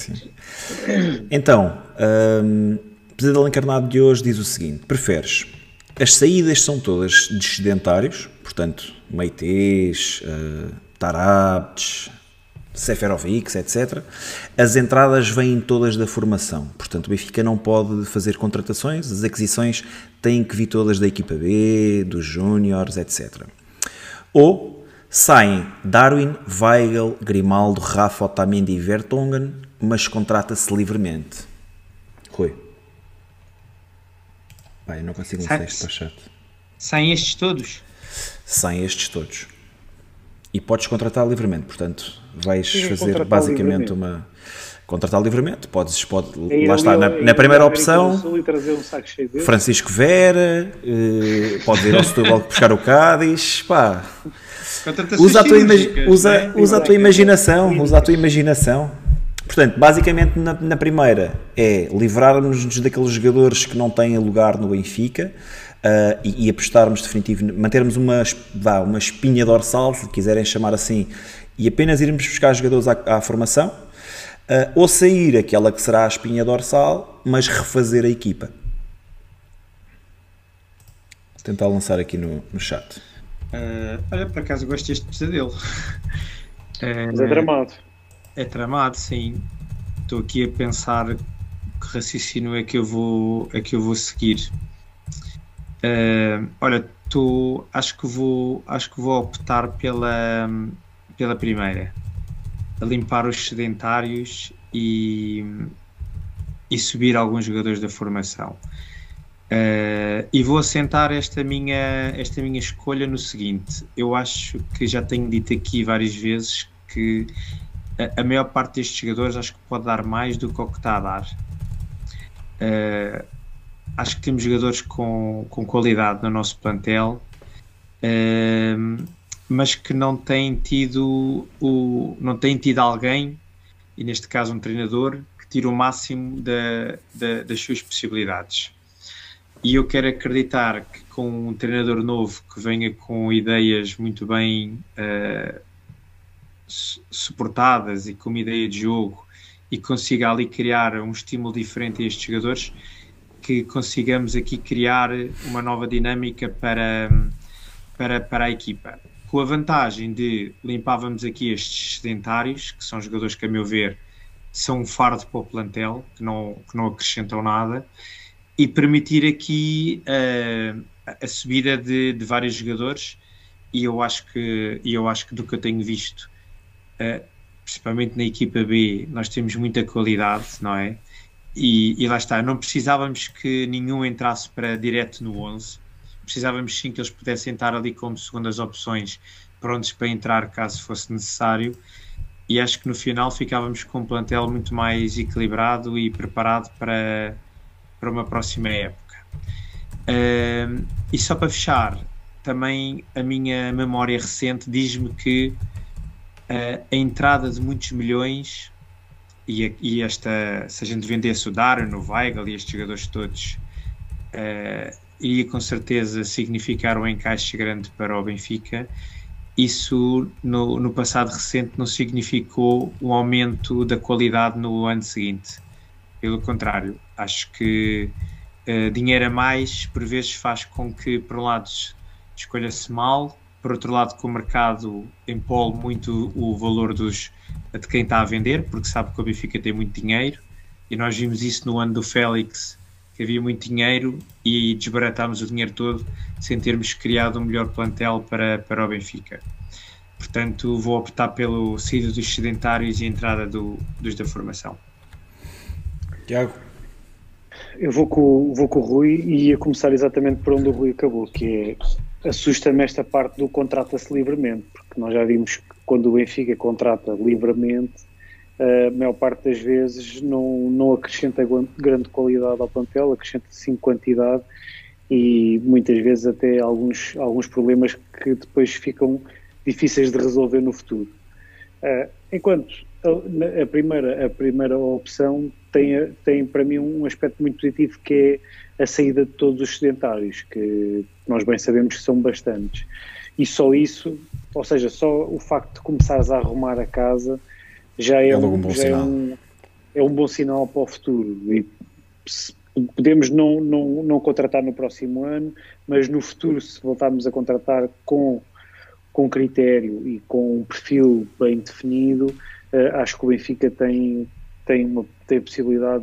Então, Pesadelo Encarnado de hoje diz o seguinte: preferes, as saídas são todas de sedentários, portanto, Meitês, Tarabtes, Seferovic, etc. As entradas vêm todas da formação, portanto o Benfica não pode fazer contratações, as aquisições têm que vir todas da equipa B, dos júniores, etc. Ou saem Darwin, Weigl, Grimaldo, Rafa, Otamendi e Vertonghen, mas contrata-se livremente. Rui. Eu não consigo lançar isto para o chat. Saem estes todos? Saem estes todos. E podes contratar livremente, portanto, vais fazer basicamente uma... Contratar livremente, lá está, na primeira opção, Francisco Vera, podes ir ao Setúbal buscar o Cádiz, pá... Usa a tua imaginação, Portanto, basicamente na primeira é livrarmos-nos daqueles jogadores que não têm lugar no Benfica e apostarmos definitivamente, mantermos uma espinha dorsal, se quiserem chamar assim, e apenas irmos buscar jogadores à formação, ou sair aquela que será a espinha dorsal, mas refazer a equipa. Vou tentar lançar aqui no chat. Olha, por acaso gosto deste pesadelo. Mas é tramado. É tramado, sim. Estou aqui a pensar que raciocínio é que eu vou seguir. Olha, acho que vou optar pela primeira, a limpar os sedentários e subir alguns jogadores da formação. E vou assentar esta minha escolha no seguinte: eu acho que já tenho dito aqui várias vezes que a maior parte destes jogadores acho que pode dar mais do que o que está a dar. Acho que temos jogadores com qualidade no nosso plantel, mas que não têm tido alguém, e neste caso um treinador, que tire o máximo das suas possibilidades. E eu quero acreditar que com um treinador novo que venha com ideias muito bem suportadas e com uma ideia de jogo e consiga ali criar um estímulo diferente a estes jogadores, que consigamos aqui criar uma nova dinâmica para a equipa. Com a vantagem de limpávamos aqui estes sedentários, que são jogadores que, a meu ver, são um fardo para o plantel, que não acrescentam nada, e permitir aqui a subida de vários jogadores. E eu acho que do que eu tenho visto, principalmente na equipa B, nós temos muita qualidade, não é? E lá está, não precisávamos que nenhum entrasse para direto no 11, precisávamos sim que eles pudessem estar ali como segundas opções, prontos para entrar caso fosse necessário, e acho que no final ficávamos com um plantel muito mais equilibrado e preparado para uma próxima época. E só para fechar, também a minha memória recente diz-me que a entrada de muitos milhões se a gente vendesse o Darwin, o Weigl e estes jogadores todos iria com certeza significar um encaixe grande para o Benfica. Isso no passado recente não significou um aumento da qualidade no ano seguinte. Pelo contrário, acho que dinheiro a mais por vezes faz com que, por um lado, escolha-se mal, por outro lado, que o mercado empole muito o valor de quem está a vender, porque sabe que o Benfica tem muito dinheiro, e nós vimos isso no ano do Félix, que havia muito dinheiro e desbaratámos o dinheiro todo sem termos criado um melhor plantel para o Benfica. Portanto, vou optar pelo saída dos sedentários e entrada dos da formação. Tiago? Eu vou com o Rui e ia começar exatamente por onde o Rui acabou, que é, assusta-me esta parte do contrata-se livremente, porque nós já vimos que quando o Benfica contrata livremente, a maior parte das vezes não acrescenta grande qualidade ao plantel, acrescenta sim quantidade e muitas vezes até alguns problemas que depois ficam difíceis de resolver no futuro. Enquanto a primeira opção tem para mim um aspecto muito positivo, que é a saída de todos os sedentários, que nós bem sabemos que são bastantes. E só isso, ou seja, só o facto de começares a arrumar a casa já é um bom sinal para o futuro. E podemos não contratar no próximo ano, mas no futuro, se voltarmos a contratar com critério e com um perfil bem definido, acho que o Benfica tem a possibilidade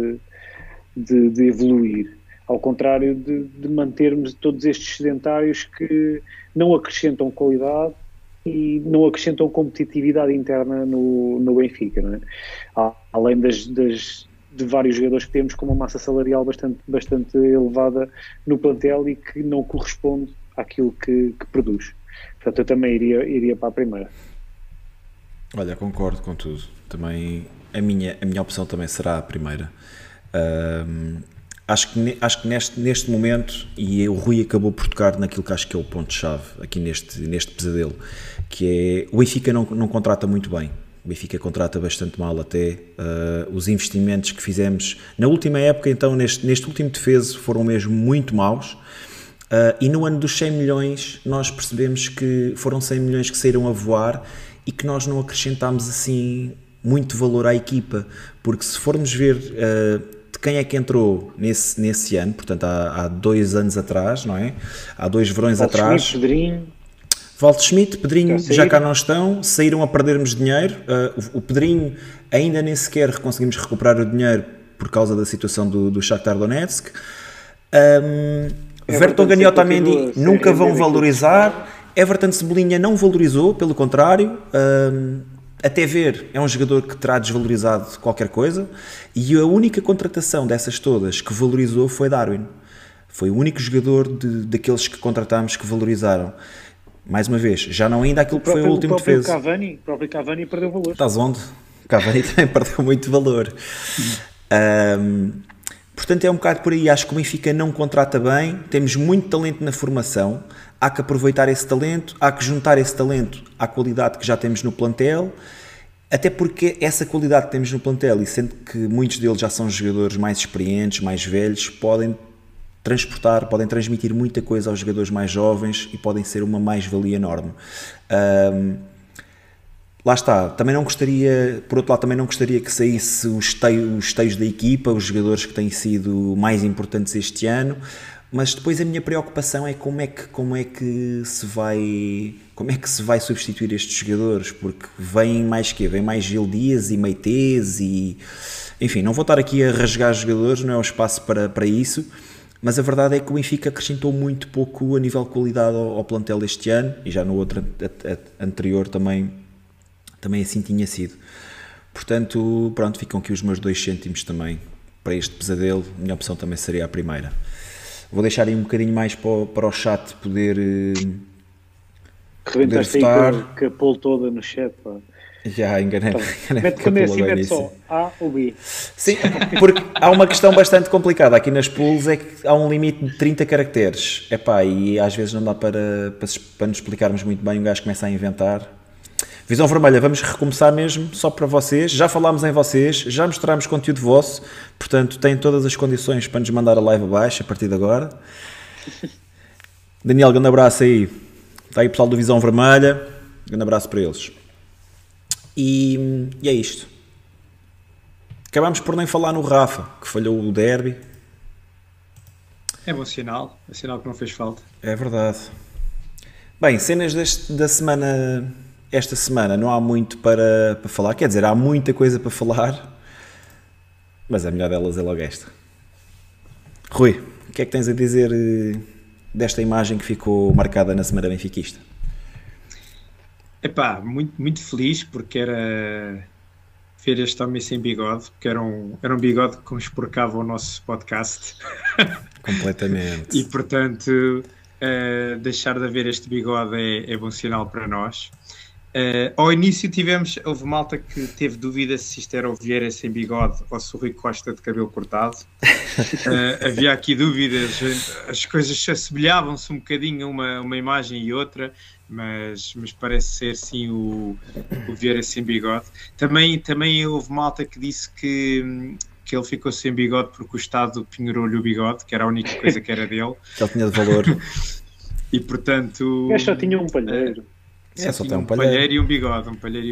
de evoluir. Ao contrário de mantermos todos estes sedentários que não acrescentam qualidade e não acrescentam competitividade interna no Benfica, não é? Além de vários jogadores que temos com uma massa salarial bastante elevada no plantel e que não corresponde àquilo que produz. Portanto, eu também iria para a primeira. Olha, concordo com tudo. Também a minha opção também será a primeira. Acho que neste momento, e o Rui acabou por tocar naquilo que acho que é o ponto-chave aqui neste pesadelo, que é o Benfica não contrata muito bem. O Benfica contrata bastante mal até. Os investimentos que fizemos na última época, então neste último defeso, foram mesmo muito maus. E no ano dos 100 milhões nós percebemos que foram 100 milhões que saíram a voar e que nós não acrescentámos assim muito valor à equipa, porque se formos ver de quem é que entrou nesse ano, portanto há 2 anos atrás, não é? Há 2 verões atrás. Pedrinho. Waldschmidt, Pedrinho já cá não estão, saíram a perdermos dinheiro. O Pedrinho ainda nem sequer conseguimos recuperar o dinheiro por causa da situação do Shakhtar Donetsk. Vertonghen e Otamendi nunca vão valorizar. Everton Cebolinha não valorizou, pelo contrário. Até ver, é um jogador que terá desvalorizado qualquer coisa, e a única contratação dessas todas que valorizou foi Darwin. Foi o único jogador daqueles que contratámos que valorizaram. Mais uma vez, já não ainda aquilo que foi o último defesa. O próprio Cavani perdeu valor. Estás onde? O Cavani também perdeu muito valor. Portanto, é um bocado por aí. Acho que o Benfica não contrata bem, temos muito talento na formação, há que aproveitar esse talento, há que juntar esse talento à qualidade que já temos no plantel, até porque essa qualidade que temos no plantel, e sendo que muitos deles já são jogadores mais experientes, mais velhos, podem transmitir muita coisa aos jogadores mais jovens e podem ser uma mais-valia enorme. Lá está, também não gostaria, por outro lado, também não gostaria que saísse os teios da equipa, os jogadores que têm sido mais importantes este ano, mas depois a minha preocupação é como é que se vai substituir estes jogadores, porque vem mais Gil Dias e Meitês e... Enfim, não vou estar aqui a rasgar jogadores, não é o espaço para isso, mas a verdade é que o Benfica acrescentou muito pouco a nível de qualidade ao plantel este ano, e já no outro anterior também assim tinha sido. Portanto, pronto, ficam aqui os meus 2 cêntimos também para este pesadelo. A minha opção também seria a primeira. Vou deixar aí um bocadinho mais para o chat poder Rebentaste votar. Aí com a poll toda no chat, pá. Já enganei. Mete só A ou B. Sim, porque há uma questão bastante complicada aqui nas pools, é que há um limite de 30 caracteres. Epá, e às vezes não dá para nos explicarmos muito bem, o gajo começa a inventar. Visão Vermelha, vamos recomeçar mesmo, só para vocês. Já falámos em vocês, já mostrámos conteúdo vosso, portanto têm todas as condições para nos mandar a live abaixo a partir de agora. Daniel, grande abraço aí. Está aí o pessoal do Visão Vermelha. Grande abraço para eles. E é isto. Acabámos por nem falar no Rafa, que falhou o derby. É bom sinal. É sinal que não fez falta. É verdade. Bem, cenas da semana... Esta semana não há muito para falar. Quer dizer, há muita coisa para falar. Mas a melhor delas é logo esta. Rui, o que é que tens a dizer desta imagem que ficou marcada na semana benfiquista? Epá, muito feliz porque era ver este homem sem bigode, porque era um bigode que conspurcava o nosso podcast. Completamente. E portanto, deixar de haver este bigode é bom sinal para nós. Ao início houve malta que teve dúvida se isto era o Vieira sem bigode ou se o Rui Costa de cabelo cortado. Havia aqui dúvidas, as coisas se assemelhavam-se um bocadinho uma imagem e outra, mas parece ser sim o Vieira sem bigode. Também houve malta que disse que ele ficou sem bigode porque o Estado penhorou-lhe o bigode, que era a única coisa que era dele. Que ele tinha de valor. E portanto... Eu só tinha um palheiro. Só tem um palheiro e um bigode,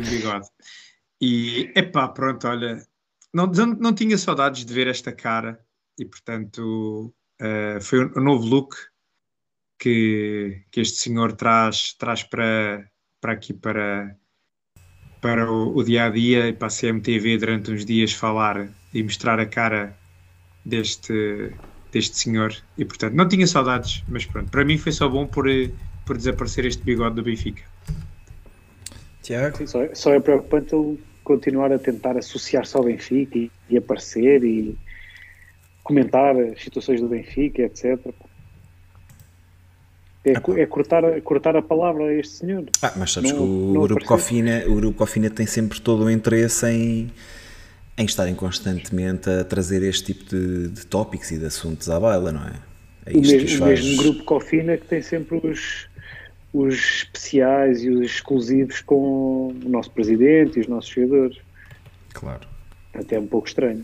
E, epá, pronto, olha, não tinha saudades de ver esta cara e, portanto, foi um novo look que este senhor traz para aqui, para o dia-a-dia e para a CMTV durante uns dias falar e mostrar a cara deste senhor. E, portanto, não tinha saudades, mas pronto, para mim foi só bom por desaparecer este bigode do Benfica. Tiago? Sim, só é preocupante ele continuar a tentar associar-se ao Benfica e aparecer e comentar as situações do Benfica, etc. É cortar a palavra a este senhor. Mas sabes que o Grupo Cofina tem sempre todo o interesse em estarem constantemente a trazer este tipo de tópicos e de assuntos à baila, não é? É isto que os faz... mesmo Grupo Cofina que tem sempre os especiais e os exclusivos com o nosso presidente e os nossos jogadores. Claro. Até é um pouco estranho.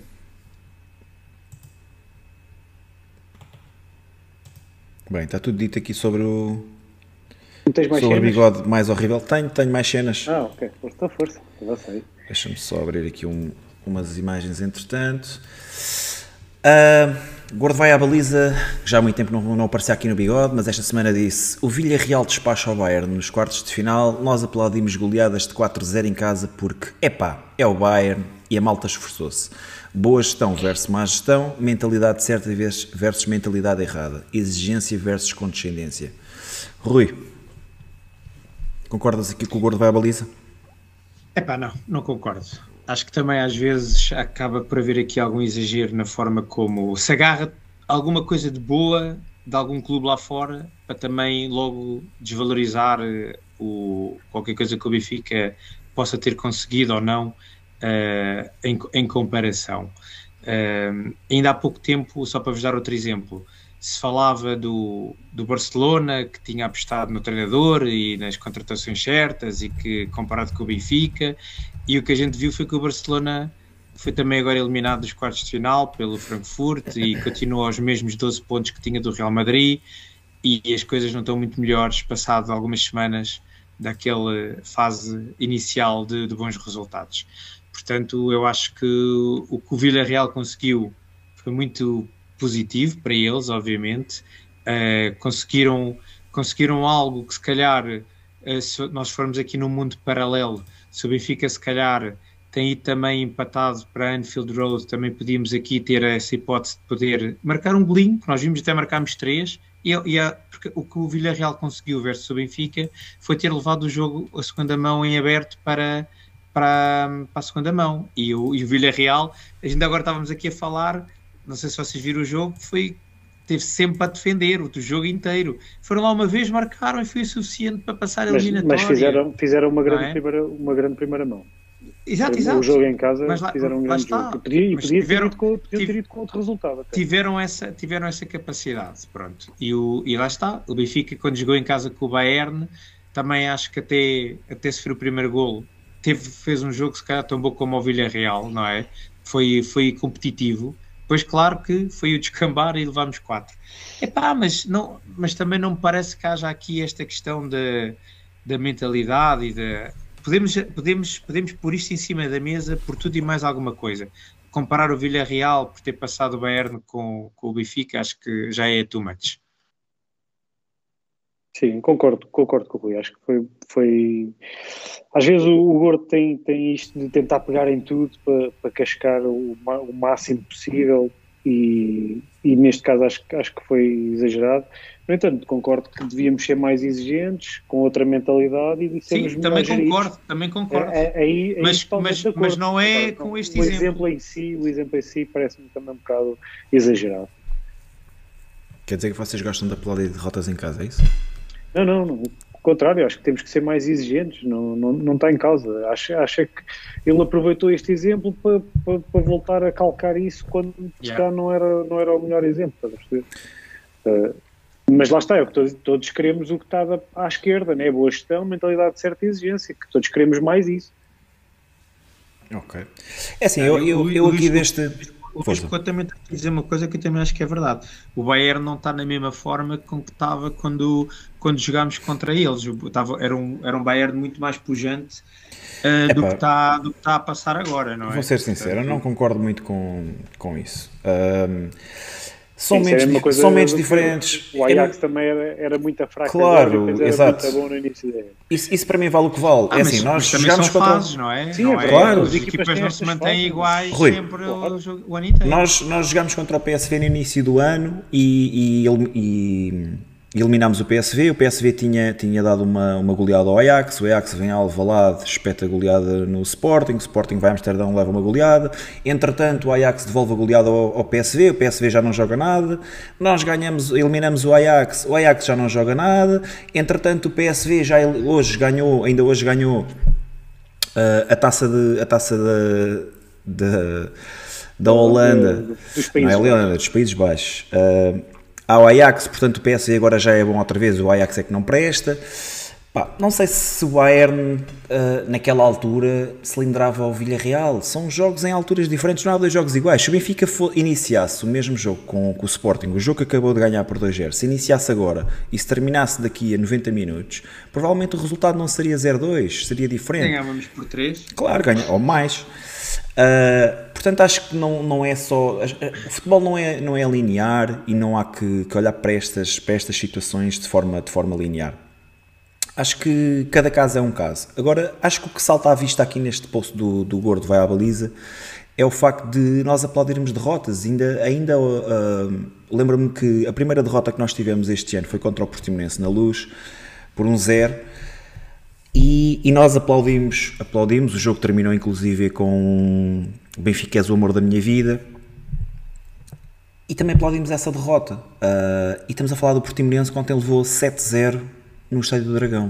Bem, está tudo dito aqui sobre o bigode mais horrível. Tenho mais cenas. Ok. Força. Já sei. Deixa-me só abrir aqui umas imagens entretanto. Gordo vai à baliza, já há muito tempo não aparecia aqui no bigode, mas esta semana disse: o Villarreal despacha ao Bayern nos quartos de final, nós aplaudimos goleadas de 4-0 em casa porque, é o Bayern e a malta esforçou-se. Boa gestão versus má gestão, mentalidade certa versus mentalidade errada, exigência versus condescendência. Rui, concordas aqui com o Gordo vai à baliza? Não concordo. Acho que também às vezes acaba por haver aqui algum exagero na forma como se agarra alguma coisa de boa de algum clube lá fora para também logo desvalorizar qualquer coisa que o Benfica possa ter conseguido ou não em comparação. Ainda há pouco tempo, só para vos dar outro exemplo, se falava do Barcelona que tinha apostado no treinador e nas contratações certas e que comparado com o Benfica, e o que a gente viu foi que o Barcelona foi também agora eliminado dos quartos de final pelo Frankfurt e continua aos mesmos 12 pontos que tinha do Real Madrid, e as coisas não estão muito melhores passado algumas semanas daquela fase inicial de bons resultados. Portanto, eu acho que o que o Villarreal conseguiu foi muito positivo para eles, obviamente. Conseguiram algo que se calhar, se nós formos aqui num mundo paralelo, se o Benfica se calhar tem ido também empatado para Anfield Road, também podíamos aqui ter essa hipótese de poder marcar um golinho, que nós vimos até marcarmos 3, porque o que o Villarreal conseguiu versus o Benfica foi ter levado o jogo a segunda mão em aberto para a segunda mão, e o Villarreal, a gente agora estávamos aqui a falar, não sei se vocês viram o jogo, teve sempre a defender o jogo inteiro. Foram lá uma vez, marcaram e foi o suficiente para passar a eliminatória. Mas fizeram uma grande primeira mão. Exato. O jogo em casa fizeram um grande jogo. Podia ter ido com outro resultado. Até. Tiveram essa capacidade, pronto. E lá está. O Benfica, quando jogou em casa com o Bayern, também acho que até sofreu o primeiro golo. Fez um jogo se calhar tão bom como o Villarreal, não é? Foi competitivo. Depois, claro que foi o descambar e levámos 4. Epá, mas também não me parece que haja aqui esta questão da mentalidade e da... Podemos pôr isto em cima da mesa por tudo e mais alguma coisa. Comparar o Villarreal por ter passado o Bayern com o Benfica, acho que já é too much. Sim, concordo com o Rui. Acho que foi... Às vezes o Gordo tem isto de tentar pegar em tudo para cascar o máximo possível e neste caso acho que foi exagerado. No entanto, concordo que devíamos ser mais exigentes, com outra mentalidade e sermos melhor geridos. Também concordo. Mas não é com este exemplo. O exemplo em si parece-me também um bocado exagerado. Quer dizer que vocês gostam de aplaudir derrotas em casa, é isso? Não, ao contrário, acho que temos que ser mais exigentes, não está em causa. Acho que ele aproveitou este exemplo para voltar a calcar isso quando já não era o melhor exemplo, estás a perceber? Mas lá está, é o que todos queremos, o que está à esquerda, né? Boa gestão, mentalidade de certa exigência, que todos queremos mais isso. Ok. É assim, eu aqui deste... O Visco também tem que dizer uma coisa que eu também acho que é verdade. O Bayern não está na mesma forma com que estava quando jogámos contra eles. Era um Bayern muito mais pujante do que está a passar agora, não é? Vou ser sincero, eu não concordo muito com isso. São mentes diferentes. O Ajax também era muito fraco. Claro, exato. Muito bom no início dele. Isso para mim vale o que vale. É assim, nós jogamos contra... fases, não é? Sim, não é claro. As equipas não se mantêm iguais sempre o ano inteiro. Nós jogamos contra o PSV no início do ano e eliminámos o PSV tinha dado uma goleada ao Ajax, o Ajax vem ao Alvalade, espeta goleada no Sporting, o Sporting vai a Amsterdão, leva uma goleada, entretanto o Ajax devolve a goleada ao PSV, o PSV já não joga nada, nós eliminamos o Ajax já não joga nada, entretanto o PSV ainda hoje ganhou a taça da Holanda, não é Holanda, dos Países Baixos. Ao Ajax, portanto o PSV agora já é bom outra vez, o Ajax é que não presta. Não sei se o Bayern naquela altura cilindrava ao Villarreal, são jogos em alturas diferentes, não há dois jogos iguais. Se o Benfica iniciasse o mesmo jogo com o Sporting, o jogo que acabou de ganhar por 2-0, se iniciasse agora e se terminasse daqui a 90 minutos, provavelmente o resultado não seria 0-2, seria diferente. Ganhávamos por 3. Claro, ou mais. Portanto, acho que não é só... O futebol não é linear e não há que olhar para estas situações de forma linear. Acho que cada caso é um caso. Agora, acho que o que salta à vista aqui neste post do Gordo vai à baliza é o facto de nós aplaudirmos derrotas. Lembro-me que a primeira derrota que nós tivemos este ano foi contra o Portimonense na Luz, por 1-0. E nós aplaudimos, o jogo terminou inclusive com o Benfica és o amor da minha vida, e também aplaudimos essa derrota, e estamos a falar do Portimonense quando ele levou 7-0 no Estádio do Dragão.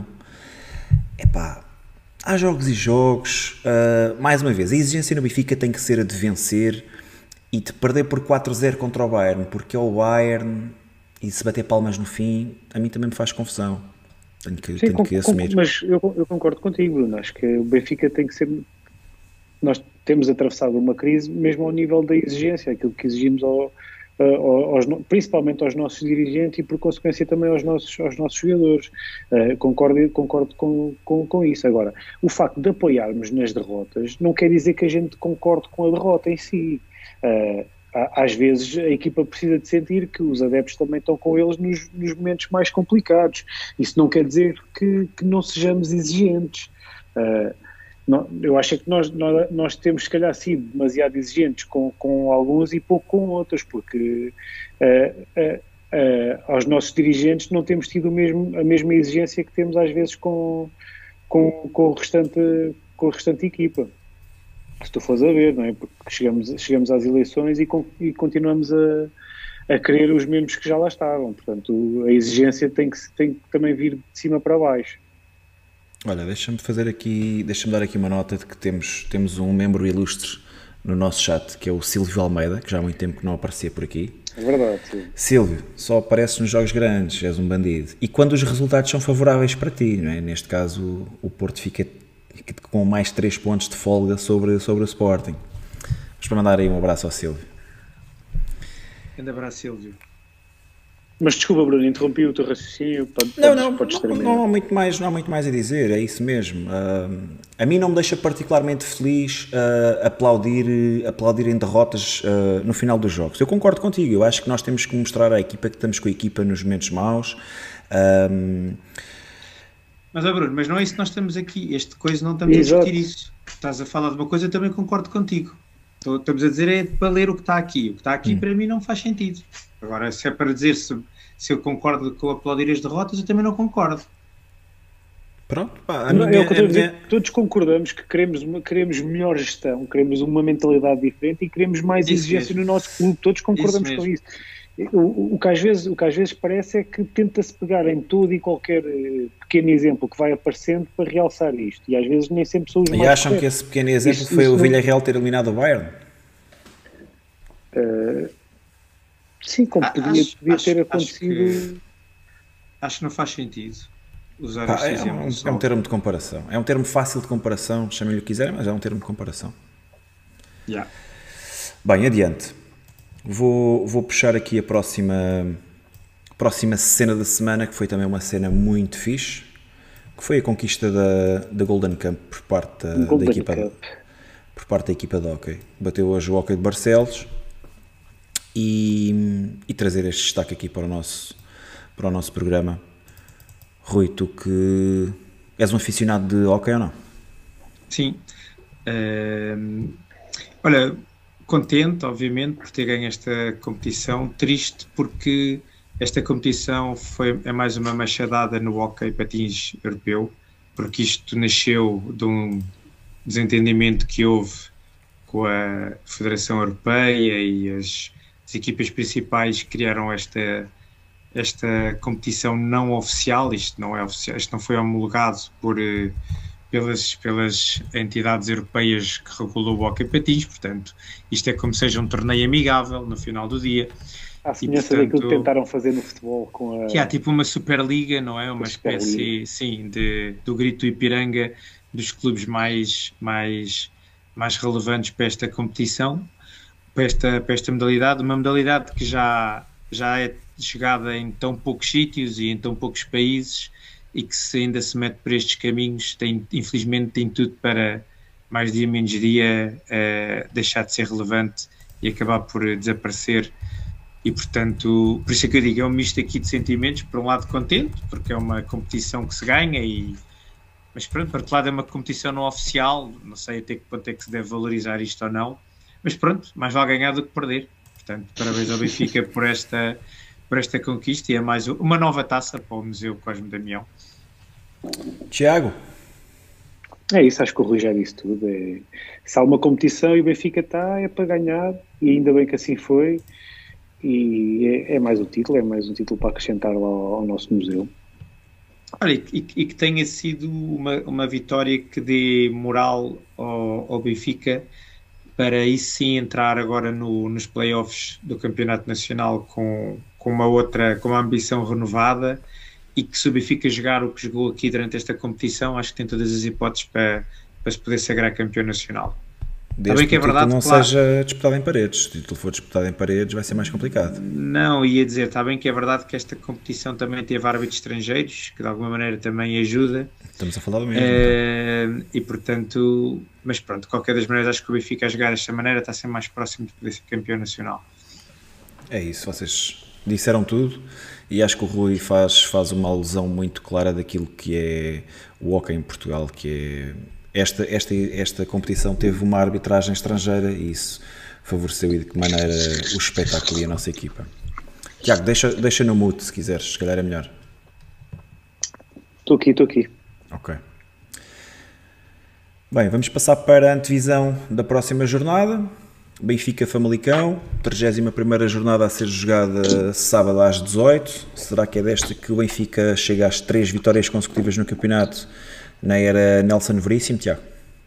Há jogos e jogos, mais uma vez, a exigência no Benfica tem que ser a de vencer e de perder por 4-0 contra o Bayern, porque é o Bayern e se bater palmas no fim, a mim também me faz confusão. Tenho que assumir. Mas eu concordo contigo, Bruno. Acho que o Benfica tem que ser... Nós temos atravessado uma crise mesmo ao nível da exigência, aquilo que exigimos principalmente aos nossos dirigentes e por consequência também aos nossos jogadores. Concordo com isso. Agora, o facto de apoiarmos nas derrotas não quer dizer que a gente concorde com a derrota em si. Às vezes a equipa precisa de sentir que os adeptos também estão com eles nos momentos mais complicados. Isso não quer dizer que não sejamos exigentes. Eu acho que nós temos, se calhar, sido demasiado exigentes com alguns e pouco com outros, porque aos nossos dirigentes não temos tido a mesma exigência que temos às vezes com o restante equipa. Se tu fores a ver, não é? Porque chegamos às eleições e continuamos a querer os mesmos que já lá estavam. Portanto, a exigência tem que também vir de cima para baixo. Olha, deixa-me dar aqui uma nota de que temos um membro ilustre no nosso chat, que é o Silvio Almeida, que já há muito tempo que não aparecia por aqui. É verdade, sim. Silvio, só apareces nos jogos grandes, és um bandido. E quando os resultados são favoráveis para ti, não é? Neste caso, o Porto fica com mais 3 pontos de folga sobre o Sporting. Vamos para mandar aí um abraço ao Silvio. Grande abraço, Silvio. Mas desculpa, Bruno, interrompi o teu raciocínio. Não há muito mais a dizer, é isso mesmo. A mim não me deixa particularmente feliz aplaudirem derrotas no final dos jogos. Eu concordo contigo, eu acho que nós temos que mostrar à equipa que estamos com a equipa nos momentos maus. Mas, Bruno, mas não é isso que nós estamos aqui. Este coisa não estamos a discutir isso. Estás a falar de uma coisa, eu também concordo contigo. Estamos a dizer é para ler o que está aqui. O que está aqui para mim não faz sentido. Agora, se é para dizer se eu concordo com aplaudir as derrotas, eu também não concordo. Pronto, todos concordamos que queremos melhor gestão, queremos uma mentalidade diferente e queremos mais exigência no nosso clube. Todos concordamos com isso. O que às vezes parece é que tenta-se pegar em todo e qualquer pequeno exemplo que vai aparecendo para realçar isto. E às vezes nem sempre são os mais acham corretos. Que esse pequeno exemplo foi o Villarreal ter eliminado o Bayern? Sim, como podia ter acontecido. Acho que não faz sentido usar este exemplo. É um termo de comparação. É um termo fácil de comparação, chamem-lhe o que quiserem, mas é um termo de comparação. Bem, adiante. Vou puxar aqui a próxima cena da semana, que foi também uma cena muito fixe, que foi a conquista da Golden Cup por parte da equipa de hóquei. Bateu hoje o hóquei de Barcelos e trazer este destaque aqui para o nosso programa. Rui, tu que és um aficionado de hóquei ou não? Sim. Olha, contente, obviamente, por ter ganho esta competição. Triste porque esta competição é mais uma machadada no hóquei patins europeu, porque isto nasceu de um desentendimento que houve com a Federação Europeia e as equipas principais criaram esta competição não oficial. Isto não é oficial, isto não foi homologado pelas entidades europeias que regulam o hóquei patins, portanto, isto é como se seja um torneio amigável no final do dia. À semelhança daquilo que tentaram fazer no futebol com a... Que há tipo uma Superliga, não é? Uma espécie, sim, do grito do Ipiranga, dos clubes mais relevantes para esta competição, para esta modalidade, uma modalidade que já é chegada em tão poucos sítios e em tão poucos países, e que se ainda se mete por estes caminhos, infelizmente tem tudo para mais dia menos dia deixar de ser relevante e acabar por desaparecer. E portanto, por isso é que eu digo, é um misto aqui de sentimentos. Por um lado contente, porque é uma competição que se ganha, mas pronto, por outro lado é uma competição não oficial, não sei até que ponto é que se deve valorizar isto ou não, mas pronto, mais vale ganhar do que perder. Portanto, parabéns ao Benfica por esta conquista, e é mais uma nova taça para o Museu Cosme Damião. Tiago? É isso, acho que o Rui já disse tudo. Se há uma competição e o Benfica está, é para ganhar, e ainda bem que assim foi, e é mais um título para acrescentar lá ao nosso museu. Olha, e que tenha sido uma vitória que dê moral ao Benfica para aí sim entrar agora nos playoffs do Campeonato Nacional com uma ambição renovada, e que se o Benfica jogar o que jogou aqui durante esta competição, acho que tem todas as hipóteses para se poder sagrar campeão nacional. Desde que o título não seja disputado em Paredes. Se o título for disputado em Paredes vai ser mais complicado. Não, ia dizer, está bem que é verdade que esta competição também teve árbitros estrangeiros, que de alguma maneira também ajuda. Estamos a falar do mesmo. E portanto, mas pronto, de qualquer das maneiras, acho que o Benfica a jogar desta maneira está a ser mais próximo de poder ser campeão nacional. É isso, vocês disseram tudo, e acho que o Rui faz uma alusão muito clara daquilo que é o hóquei em Portugal, que é esta competição teve uma arbitragem estrangeira e isso favoreceu, e de que maneira o espetáculo e a nossa equipa. Tiago, deixa no mute se quiseres, se calhar é melhor. Estou aqui. Ok. Bem, vamos passar para a antevisão da próxima jornada. Benfica-Famalicão, 31ª jornada a ser jogada sábado às 18. Será que é desta que o Benfica chega às 3 vitórias consecutivas no campeonato na era Nelson Veríssimo, Tiago?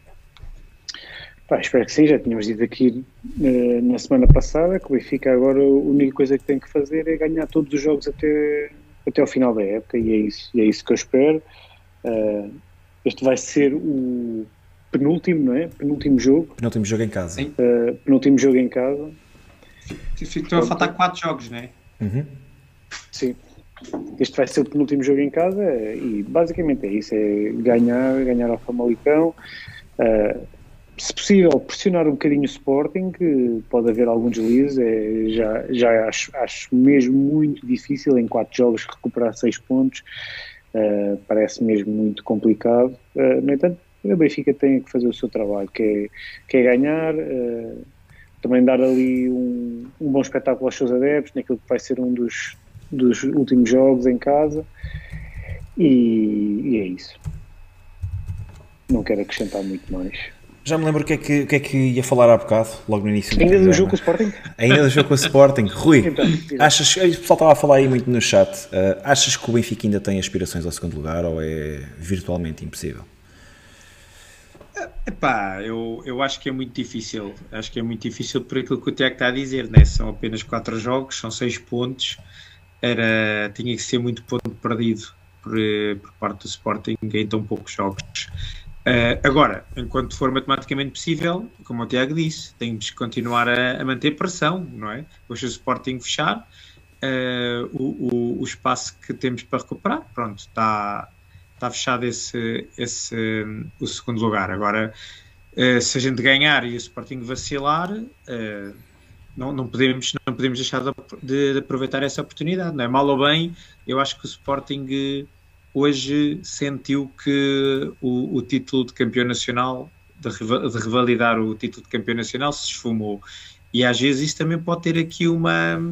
Espero que sim, já tínhamos dito aqui na semana passada que o Benfica agora a única coisa que tem que fazer é ganhar todos os jogos até ao final da época, e é isso que eu espero. Este vai ser o penúltimo, não é? Penúltimo jogo em casa. Penúltimo jogo em casa. Estão a faltar 4 jogos, não é? Sim. Este vai ser o penúltimo jogo em casa e basicamente é isso, é ganhar ao Famalicão, se possível pressionar um bocadinho o Sporting, que pode haver algum deslize, já acho mesmo muito difícil em 4 jogos recuperar 6 pontos, parece mesmo muito complicado, no entanto o Benfica tem que fazer o seu trabalho, que é ganhar, também dar ali um bom espetáculo aos seus adeptos, naquilo que vai ser um dos últimos jogos em casa, e é isso. Não quero acrescentar muito mais. Já me lembro o que é que ia falar há bocado, logo no início do Ainda programa. do jogo com o Sporting? Ainda do jogo com o Sporting. Rui, Então, achas, o pessoal estava a falar aí muito no chat, achas que o Benfica ainda tem aspirações ao segundo lugar ou é virtualmente impossível? Epá, eu acho que é muito difícil. Acho que é muito difícil por aquilo que o Tiago está a dizer, né? São apenas 4 jogos, são 6 pontos. Tinha que ser muito ponto perdido por parte do Sporting em tão poucos jogos. Agora, enquanto for matematicamente possível, como o Tiago disse, temos que continuar a manter pressão, não é? Hoje o Sporting fechar, o espaço que temos para recuperar, pronto, está fechado o segundo lugar. Agora, se a gente ganhar e o Sporting vacilar, não podemos deixar de aproveitar essa oportunidade, não é? Mal ou bem, eu acho que o Sporting hoje sentiu que o título de campeão nacional, de revalidar o título de campeão nacional, se esfumou. E às vezes isso também pode ter aqui uma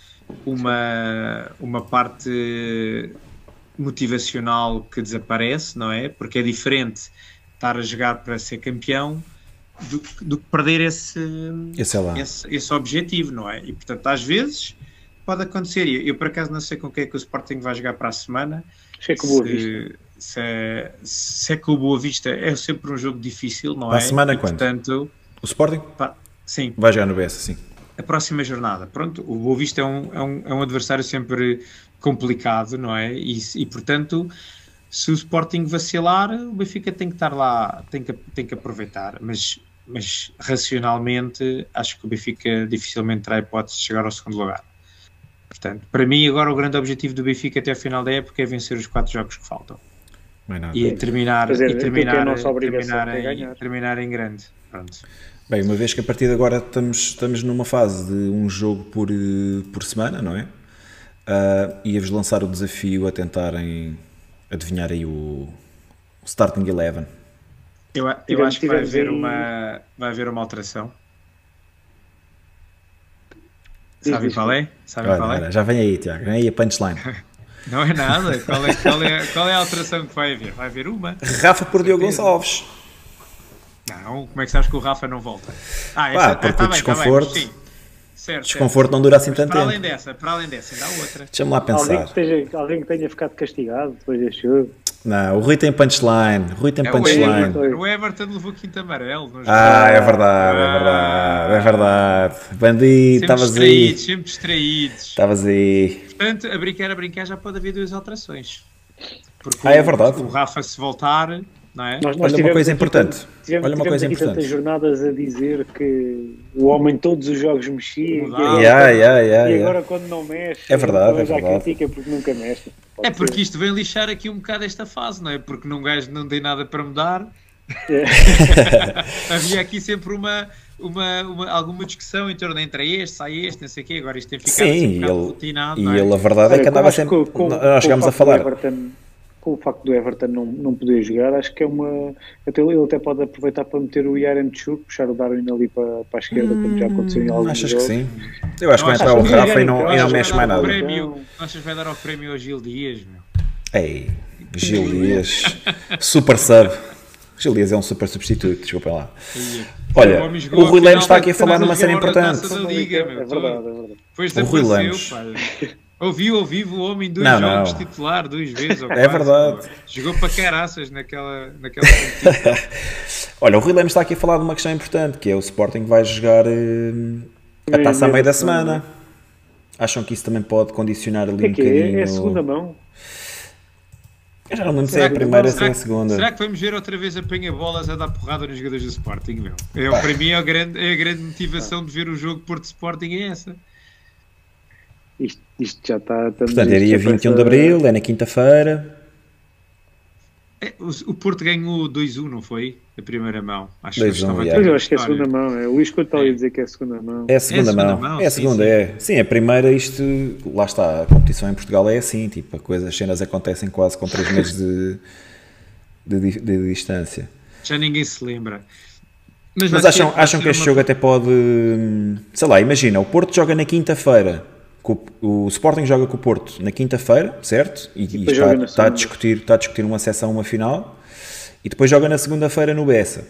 parte motivacional que desaparece, não é? Porque é diferente estar a jogar para ser campeão do que perder esse objetivo, não é? E portanto, às vezes pode acontecer. Eu por acaso não sei com quem é que o Sporting vai jogar para a semana. Se é com o Boa Vista. Se é com o Boa Vista, é sempre um jogo difícil, não é? Para a semana e, quando? Portanto, o Sporting? Sim. Vai jogar no BS, sim. A próxima jornada. Pronto, o Boa Vista é um adversário sempre complicado, não é? E portanto, se o Sporting vacilar, o Benfica tem que estar lá, tem que aproveitar, mas racionalmente acho que o Benfica dificilmente terá hipótese de chegar ao segundo lugar. Portanto, para mim agora o grande objetivo do Benfica até ao final da época é vencer os 4 jogos que faltam. E terminar em grande. Pronto. Bem, uma vez que a partir de agora estamos numa fase de um jogo por semana, não é? Ia-vos lançar o desafio a tentarem adivinhar aí o Starting 11. Eu acho que vai haver uma alteração. Sabe qual é? Olha, já vem aí, Tiago, vem aí a punchline. Não é nada. Qual é a alteração que vai haver? Vai haver uma. Rafa por Diogo Gonçalves. Não, como é que sabes que o Rafa não volta? Porque o desconforto. Sim. Certo, desconforto não dura assim tanto tempo. Para além dessa, ainda há outra. Deixa-me lá pensar. Alguém que tenha ficado castigado depois deste jogo. Não, o Rui tem punchline. O Everton levou quinto amarelo. É verdade. Bandido, estavas aí. Sempre distraídos. Estavas aí. Portanto, a brincar já pode haver 2 alterações. Porque é verdade. O Rafa se voltar, não é? Olha uma coisa importante. Tivemos tantas jornadas a dizer que o homem todos os jogos mexia e agora quando não mexe é verdade, já critica porque nunca mexe. Porque isto vem lixar aqui um bocado esta fase, não é? Porque num gajo não tem nada para mudar. Havia aqui sempre alguma discussão em torno entre este, sai este, não sei o quê. Agora isto tem ficado um bocado rotinado. E ele, a verdade é que andava sempre. Nós chegámos a falar. Com o facto do Everton não poder jogar, acho que é uma. Ele até pode aproveitar para meter o Yaremchuk, puxar o Darwin ali para a esquerda, como já aconteceu em alguns jogos. Achas que sim? Eu acho que vai entrar o Rafa e não mexe mais nada. Achas que vai dar o prémio ao Gil Dias, meu? Ei, Gil Dias, super sub. Gil Dias é um super substituto, desculpa lá. Olha, o Rui Lemos está aqui a falar numa cena importante. É verdade. O Rui Lemos. Ouviu ao vivo o homem 2 jogos titular 2 vezes. É verdade. Jogou para caraças naquela Olha, o Rui Lemos está aqui a falar de uma questão importante, que é o Sporting vai jogar a taça a meio da semana. Acham que isso também pode condicionar ali um bocadinho? É a segunda mão. Eu já não lembro se é a primeira ou se é a segunda. Será que vamos ver outra vez apanha-bolas a dar porrada nos jogadores do Sporting, meu? Para mim é a grande motivação de ver o jogo Porto Sporting é essa. Isto já está... Portanto, é dia 21 de Abril, é na quinta-feira. O Porto ganhou 2-1, não foi? A primeira mão. Acho que eu acho que é a segunda mão. O Luís Couto está a dizer que é a segunda mão. É a segunda mão. É a segunda, sim. É. Sim, a primeira, isto... Lá está, a competição em Portugal é assim, tipo, as cenas acontecem quase com 3 meses de distância. Já ninguém se lembra. Mas acham que este jogo até pode... Sei lá, imagina, o Porto joga na quinta-feira. O Sporting joga com o Porto na quinta-feira, certo? E está a discutir uma sessão, uma final, e depois joga na segunda-feira no Bessa.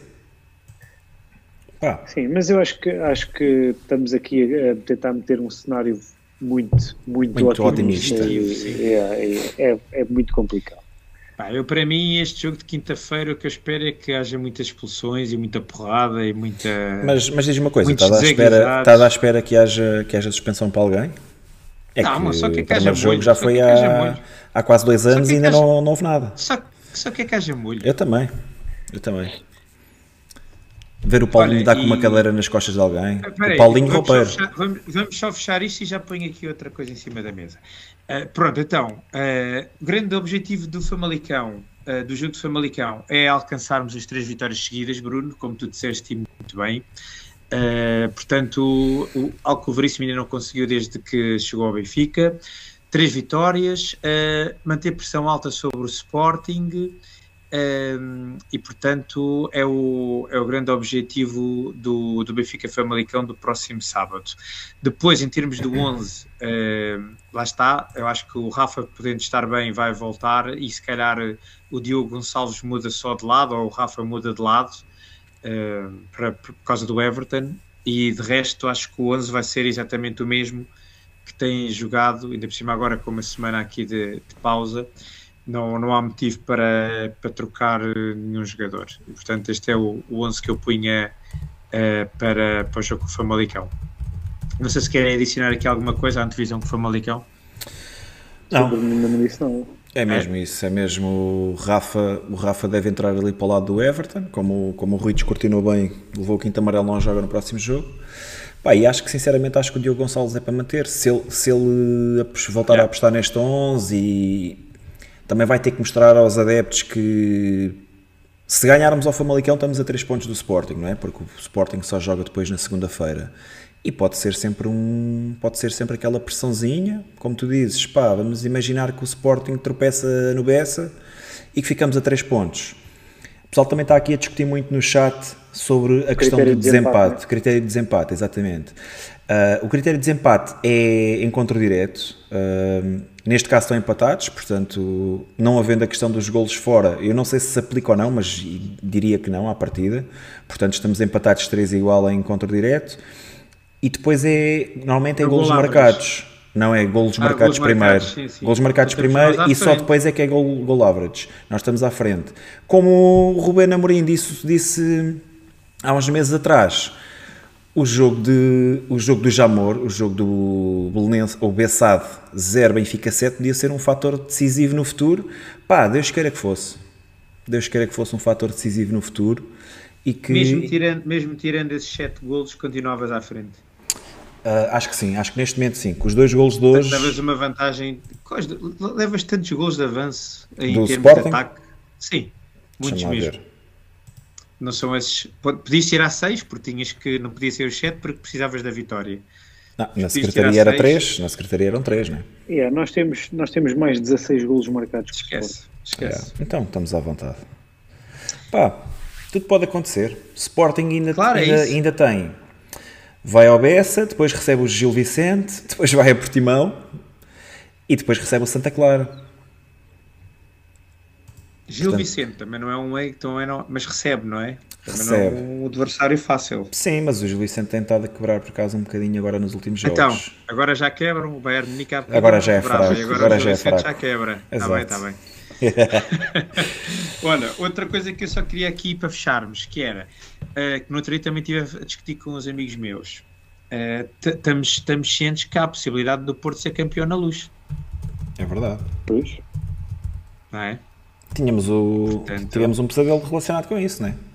Sim, mas eu acho que estamos aqui a tentar meter um cenário muito otimista. É muito complicado. Para mim, este jogo de quinta-feira, o que eu espero é que haja muitas expulsões e muita porrada e muita... Mas diz-me uma coisa, estás à espera que haja suspensão para alguém? Só que haja molho. Jogo já foi há quase 2 anos e ainda não houve nada. Só que haja molho. Eu também. Ver o Paulinho dar com uma cadeira nas costas de alguém. O Paulinho roupeiro. Vamos só fechar isto e já ponho aqui outra coisa em cima da mesa. Pronto, então, o grande objetivo do Famalicão, do jogo de Famalicão, é alcançarmos as 3 vitórias seguidas, Bruno, como tu disseste muito bem. Portanto, algo que o Veríssimo ainda não conseguiu desde que chegou ao Benfica. 3 vitórias, manter pressão alta sobre o Sporting, e portanto é o grande objetivo do Benfica Famalicão do próximo sábado. Depois, em termos do 11, lá está, eu acho que o Rafa, podendo estar bem, vai voltar, e se calhar o Diogo Gonçalves muda só de lado, ou o Rafa muda de lado, por causa do Everton, e de resto acho que o 11 vai ser exatamente o mesmo que tem jogado, ainda por cima agora com uma semana aqui de pausa. Não há motivo para trocar nenhum jogador, e, portanto este é o 11 que eu punha para o jogo com o Famalicão. Não sei se querem adicionar aqui alguma coisa à antevisão com o Famalicão. Não. É mesmo isso, é mesmo o Rafa deve entrar ali para o lado do Everton, como o Rui descortinou bem, levou o quinto amarelo, não joga no próximo jogo. E acho que o Diogo Gonçalves é para manter, se ele voltar a apostar neste 11, e também vai ter que mostrar aos adeptos que se ganharmos ao Famalicão estamos a 3 pontos do Sporting, não é? Porque o Sporting só joga depois na segunda-feira. E pode ser sempre aquela pressãozinha, como tu dizes, vamos imaginar que o Sporting tropeça no Bessa e que ficamos a 3 pontos. O pessoal também está aqui a discutir muito no chat sobre a questão do desempate, critério de desempate, exatamente. O critério de desempate é encontro direto, neste caso estão empatados, portanto, não havendo a questão dos golos fora, eu não sei se aplica ou não, mas diria que não à partida, portanto estamos empatados 3 igual em encontro direto. E depois normalmente é golos marcados, não é golos marcados primeiro. Sim. Golos marcados primeiro e só depois é que é goal average. Nós estamos à frente. Como o Rubén Amorim disse há uns meses atrás, o jogo do Jamor, o jogo do Belenense, ou Bessade 0, Benfica 7, podia ser um fator decisivo no futuro. Deus queira que fosse. Deus queira que fosse um fator decisivo no futuro. E que... mesmo tirando esses 7 golos, continuavas à frente. Acho que sim, acho que neste momento sim. Com os 2 golos de hoje... Levas uma vantagem... Levas tantos golos de avanço em termos Sporting? de ataque. Sim, muitos mesmo. Não são esses... Podias tirar 6, porque não podia ser os 7, porque precisavas da vitória. Na secretaria era 3, na secretaria eram 3, não é? Nós temos mais de 16 golos marcados. Esquece. Então, estamos à vontade. Tudo pode acontecer. Sporting ainda tem. Vai ao Bessa, depois recebe o Gil Vicente, depois vai a Portimão e depois recebe o Santa Clara. Gil Vicente também não é mas recebe, não é? Também recebe. Não é um adversário fácil. Sim, mas o Gil Vicente tem estado a quebrar por acaso um bocadinho agora nos últimos jogos. Então, agora já quebram, o Bayern Munique agora já é fraco. Agora já é fraco. Já quebra. Está bem. Olha, outra coisa que eu só queria aqui para fecharmos, que era que no outro dia também estive a discutir com uns amigos meus. Estamos cientes que há a possibilidade do Porto ser campeão na Luz. É verdade. Pois. Não é? Tivemos um pesadelo relacionado com isso, não é?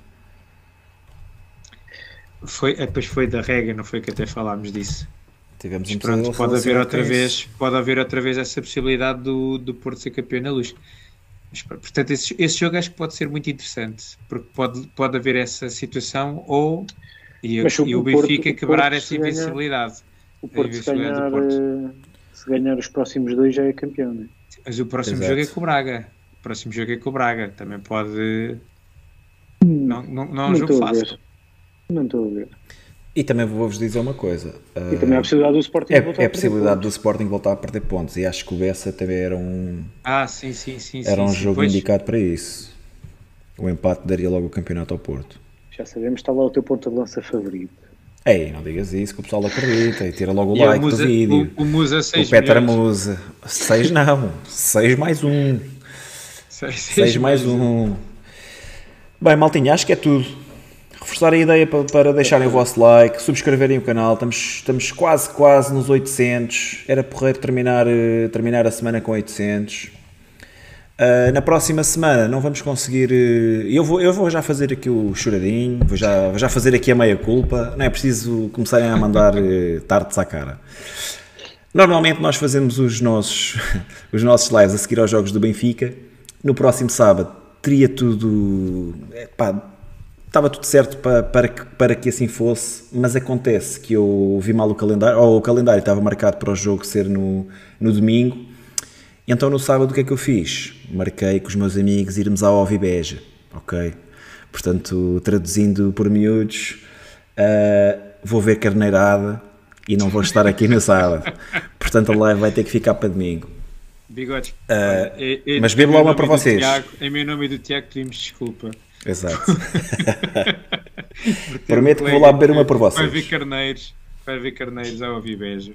Depois foi da Rega, não foi que até falámos disso. Tivemos um pesadelo pode haver outra vez essa possibilidade do Porto ser campeão na Luz. Mas, portanto, esse jogo acho que pode ser muito interessante, porque pode haver essa situação e o Benfica quebrar essa invencibilidade. O Porto, se ganhar os próximos 2 já é campeão, não é? Mas o próximo jogo é com o Braga. Também pode... Não é um jogo fácil. Não estou a ver. E também vou-vos dizer uma coisa. E também há a possibilidade do Sporting voltar a perder possibilidade do Sporting voltar a perder pontos. E acho que o Bessa também era um... sim. Era um jogo indicado para isso. O empate daria logo o campeonato ao Porto. Já sabemos, está lá o teu ponto de lança favorito. Ei, não digas isso, que o pessoal acredita. E tira logo o like do vídeo. O Musa 6 o Peter Musa. 6 não. 6 mais 1. 6 mais 1. Bem, maltinha, acho que é tudo. Reforçar a ideia para deixarem o vosso like, subscreverem o canal, estamos quase nos 800, era porreiro terminar a semana com 800. Na próxima semana não vamos conseguir, eu vou já fazer aqui o choradinho, vou já fazer aqui a meia culpa, não é preciso começarem a mandar tardes à cara. Normalmente nós fazemos os nossos lives a seguir aos jogos do Benfica, no próximo sábado teria tudo... Estava tudo certo para que assim fosse, mas acontece que eu vi mal o calendário, ou o calendário estava marcado para o jogo ser no domingo, então no sábado o que é que eu fiz? Marquei com os meus amigos irmos à Ovibeja, ok? Portanto, traduzindo por miúdos, vou ver carneirada e não vou estar aqui no sábado, portanto a live vai ter que ficar para domingo. Bigodes, mas bebo lá uma para vocês. Em meu nome e do Tiago pedimos desculpa. Exato. Prometo que vou lá beber uma por vocês. Vai ver carneiros ao Ovibeja.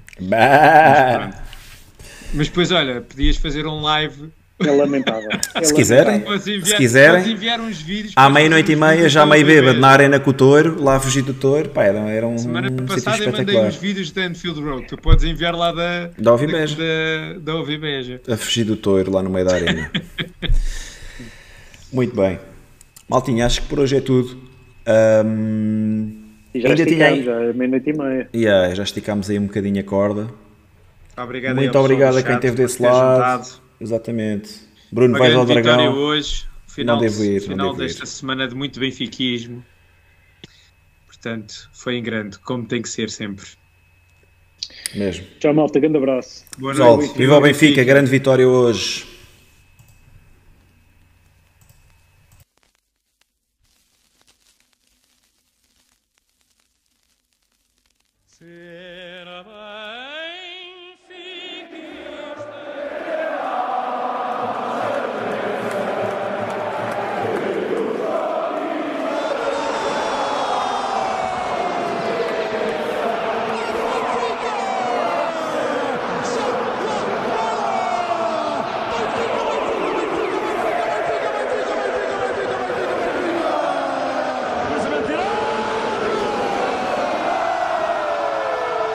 Mas depois, olha, podias fazer um live. É lamentável. Se quiserem. Podes enviar uns vídeos. À meia-noite e meia, já meio bêbado, na arena com o touro, lá a fugir do touro. Pá, era um semana passada eu mandei uns vídeos da Anfield Road. Tu podes enviar lá da Ovibeja. Da Ovibeja. A fugir do touro, lá no meio da arena. Muito bem. Maltinha, acho que por hoje é tudo. E já esticámos, já é meia-noite e meia. Já esticámos aí um bocadinho a corda. Muito obrigado a quem esteve desse lado. Juntado. Exatamente. Bruno, vais ao Dragão. Hoje, final desta semana de muito benfiquismo. Portanto, foi em grande, como tem que ser sempre. Mesmo. Tchau, malta, grande abraço. Viva o Benfica, grande vitória hoje.